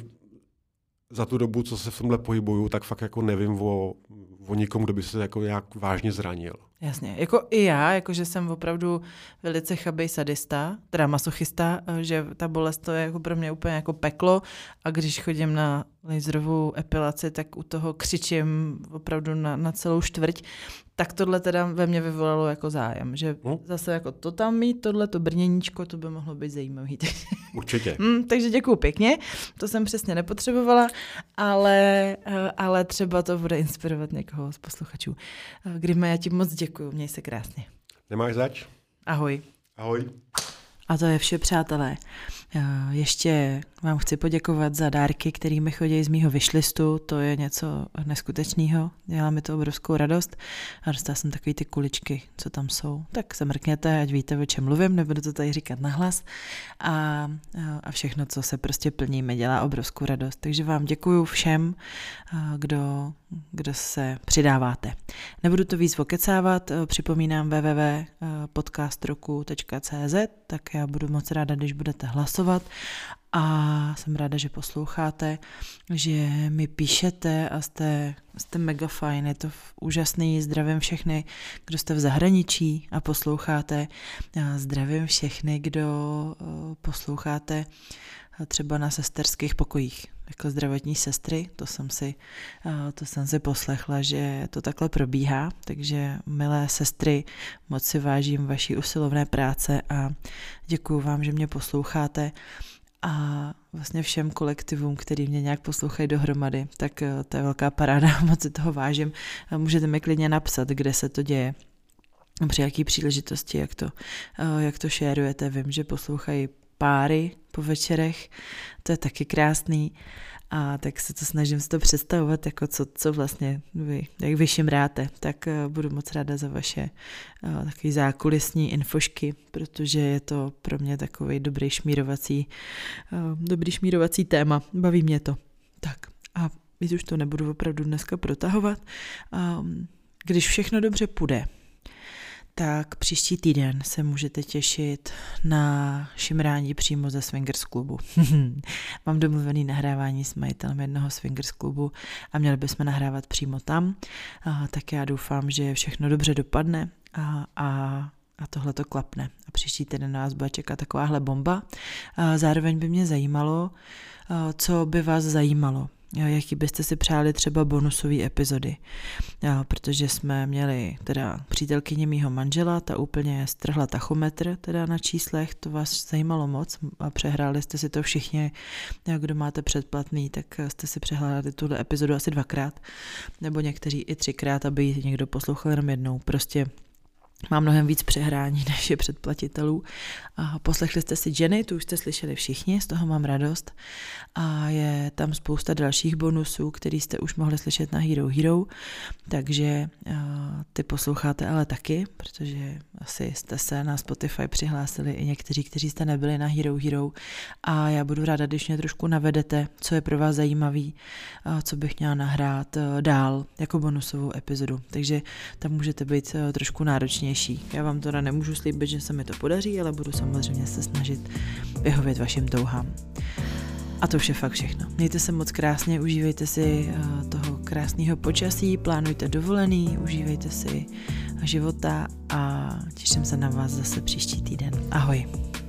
Za tu dobu, co se v tomhle pohybuju, tak fakt jako nevím o, o nikom, kdo by se jako nějak vážně zranil. Jasně, jako i já, jakože jsem opravdu velice chabej sadista, teda masochista, že ta bolest to je jako pro mě úplně jako peklo a když chodím na laserovou epilaci, tak u toho křičím opravdu na, na celou čtvrť, tak tohle teda ve mně vyvolalo jako zájem, že hmm. zase jako to tam mít, tohle to brněníčko, to by mohlo být zajímavý. Určitě. hmm, takže děkuju pěkně, to jsem přesně nepotřebovala, ale, ale třeba to bude inspirovat někoho z posluchačů. Grime, já ti moc děkuju, měj se krásně. Nemáš zač? Ahoj. Ahoj. A to je vše, přátelé. Ještě vám chci poděkovat za dárky, který mi chodí z mýho wishlistu, to je něco neskutečného, dělá mi to obrovskou radost a dostala jsem takový ty kuličky, co tam jsou. Tak se mrkněte, ať víte, o čem mluvím, nebudu to tady říkat nahlas a, a všechno, co se prostě plní, mi dělá obrovskou radost. Takže vám děkuju všem, kdo, kdo se přidáváte. Nebudu to víc okecávat, připomínám w w w tečka podcast roku tečka c z, tak já budu moc ráda, když budete hlasovat a jsem ráda, že posloucháte, že mi píšete a jste, jste mega fajn, je to úžasný, zdravím všechny, kdo jste v zahraničí a posloucháte, a zdravím všechny, kdo posloucháte třeba na sesterských pokojích, jako zdravotní sestry, to jsem si, to jsem si poslechla, že to takhle probíhá, takže milé sestry, moc si vážím vaší usilovné práce a děkuju vám, že mě posloucháte a vlastně všem kolektivům, který mě nějak poslouchají dohromady, tak to je velká paráda, moc si toho vážím. Můžete mi klidně napsat, kde se to děje, při jaký příležitosti, jak to, jak to šérujete, vím, že poslouchají páry po večerech, to je taky krásný a tak se to snažím si to představovat, jako co, co vlastně vy, jak vy šimráte, tak budu moc ráda za vaše uh, takový zákulisní infošky, protože je to pro mě takový dobrý šmírovací, uh, dobrý šmírovací téma, baví mě to. Tak a víc už to nebudu opravdu dneska protahovat, um, když všechno dobře půjde, tak příští týden se můžete těšit na šimrání přímo ze Swingers klubu. Mám domluvený nahrávání s majitelem jednoho Swingers klubu a měli bychom nahrávat přímo tam, a tak já doufám, že všechno dobře dopadne a, a, a tohle to klapne. A příští týden nás bude čekat takováhle bomba. A zároveň by mě zajímalo, co by vás zajímalo. Jaký byste si přáli třeba bonusové epizody, jo, protože jsme měli teda přítelkyni mýho manžela, ta úplně strhla tachometr teda na číslech, to vás zajímalo moc a přehráli jste si to všichni, kdo máte předplatný, tak jste si přehráli tuhle epizodu asi dvakrát, nebo někteří i třikrát, aby ji někdo poslouchal jenom jednou, prostě má mnohem víc přehrání, než je předplatitelů. A poslechli jste si Jenny, tu už jste slyšeli všichni, z toho mám radost. A je tam spousta dalších bonusů, který jste už mohli slyšet na Hero Hero, takže uh, ty posloucháte ale taky, protože asi jste se na Spotify přihlásili i někteří, kteří jste nebyli na Hero Hero. A já budu ráda, když mě trošku navedete, co je pro vás zajímavý, uh, co bych měla nahrát uh, dál jako bonusovou epizodu. Takže tam můžete být uh, trošku náročnější. Já vám teda nemůžu slíbit, že se mi to podaří, ale budu samozřejmě se snažit vyhovět vašim touhám. A to už je fakt všechno. Mějte se moc krásně, užívejte si toho krásného počasí, plánujte dovolený, užívejte si života a těším se na vás zase příští týden. Ahoj.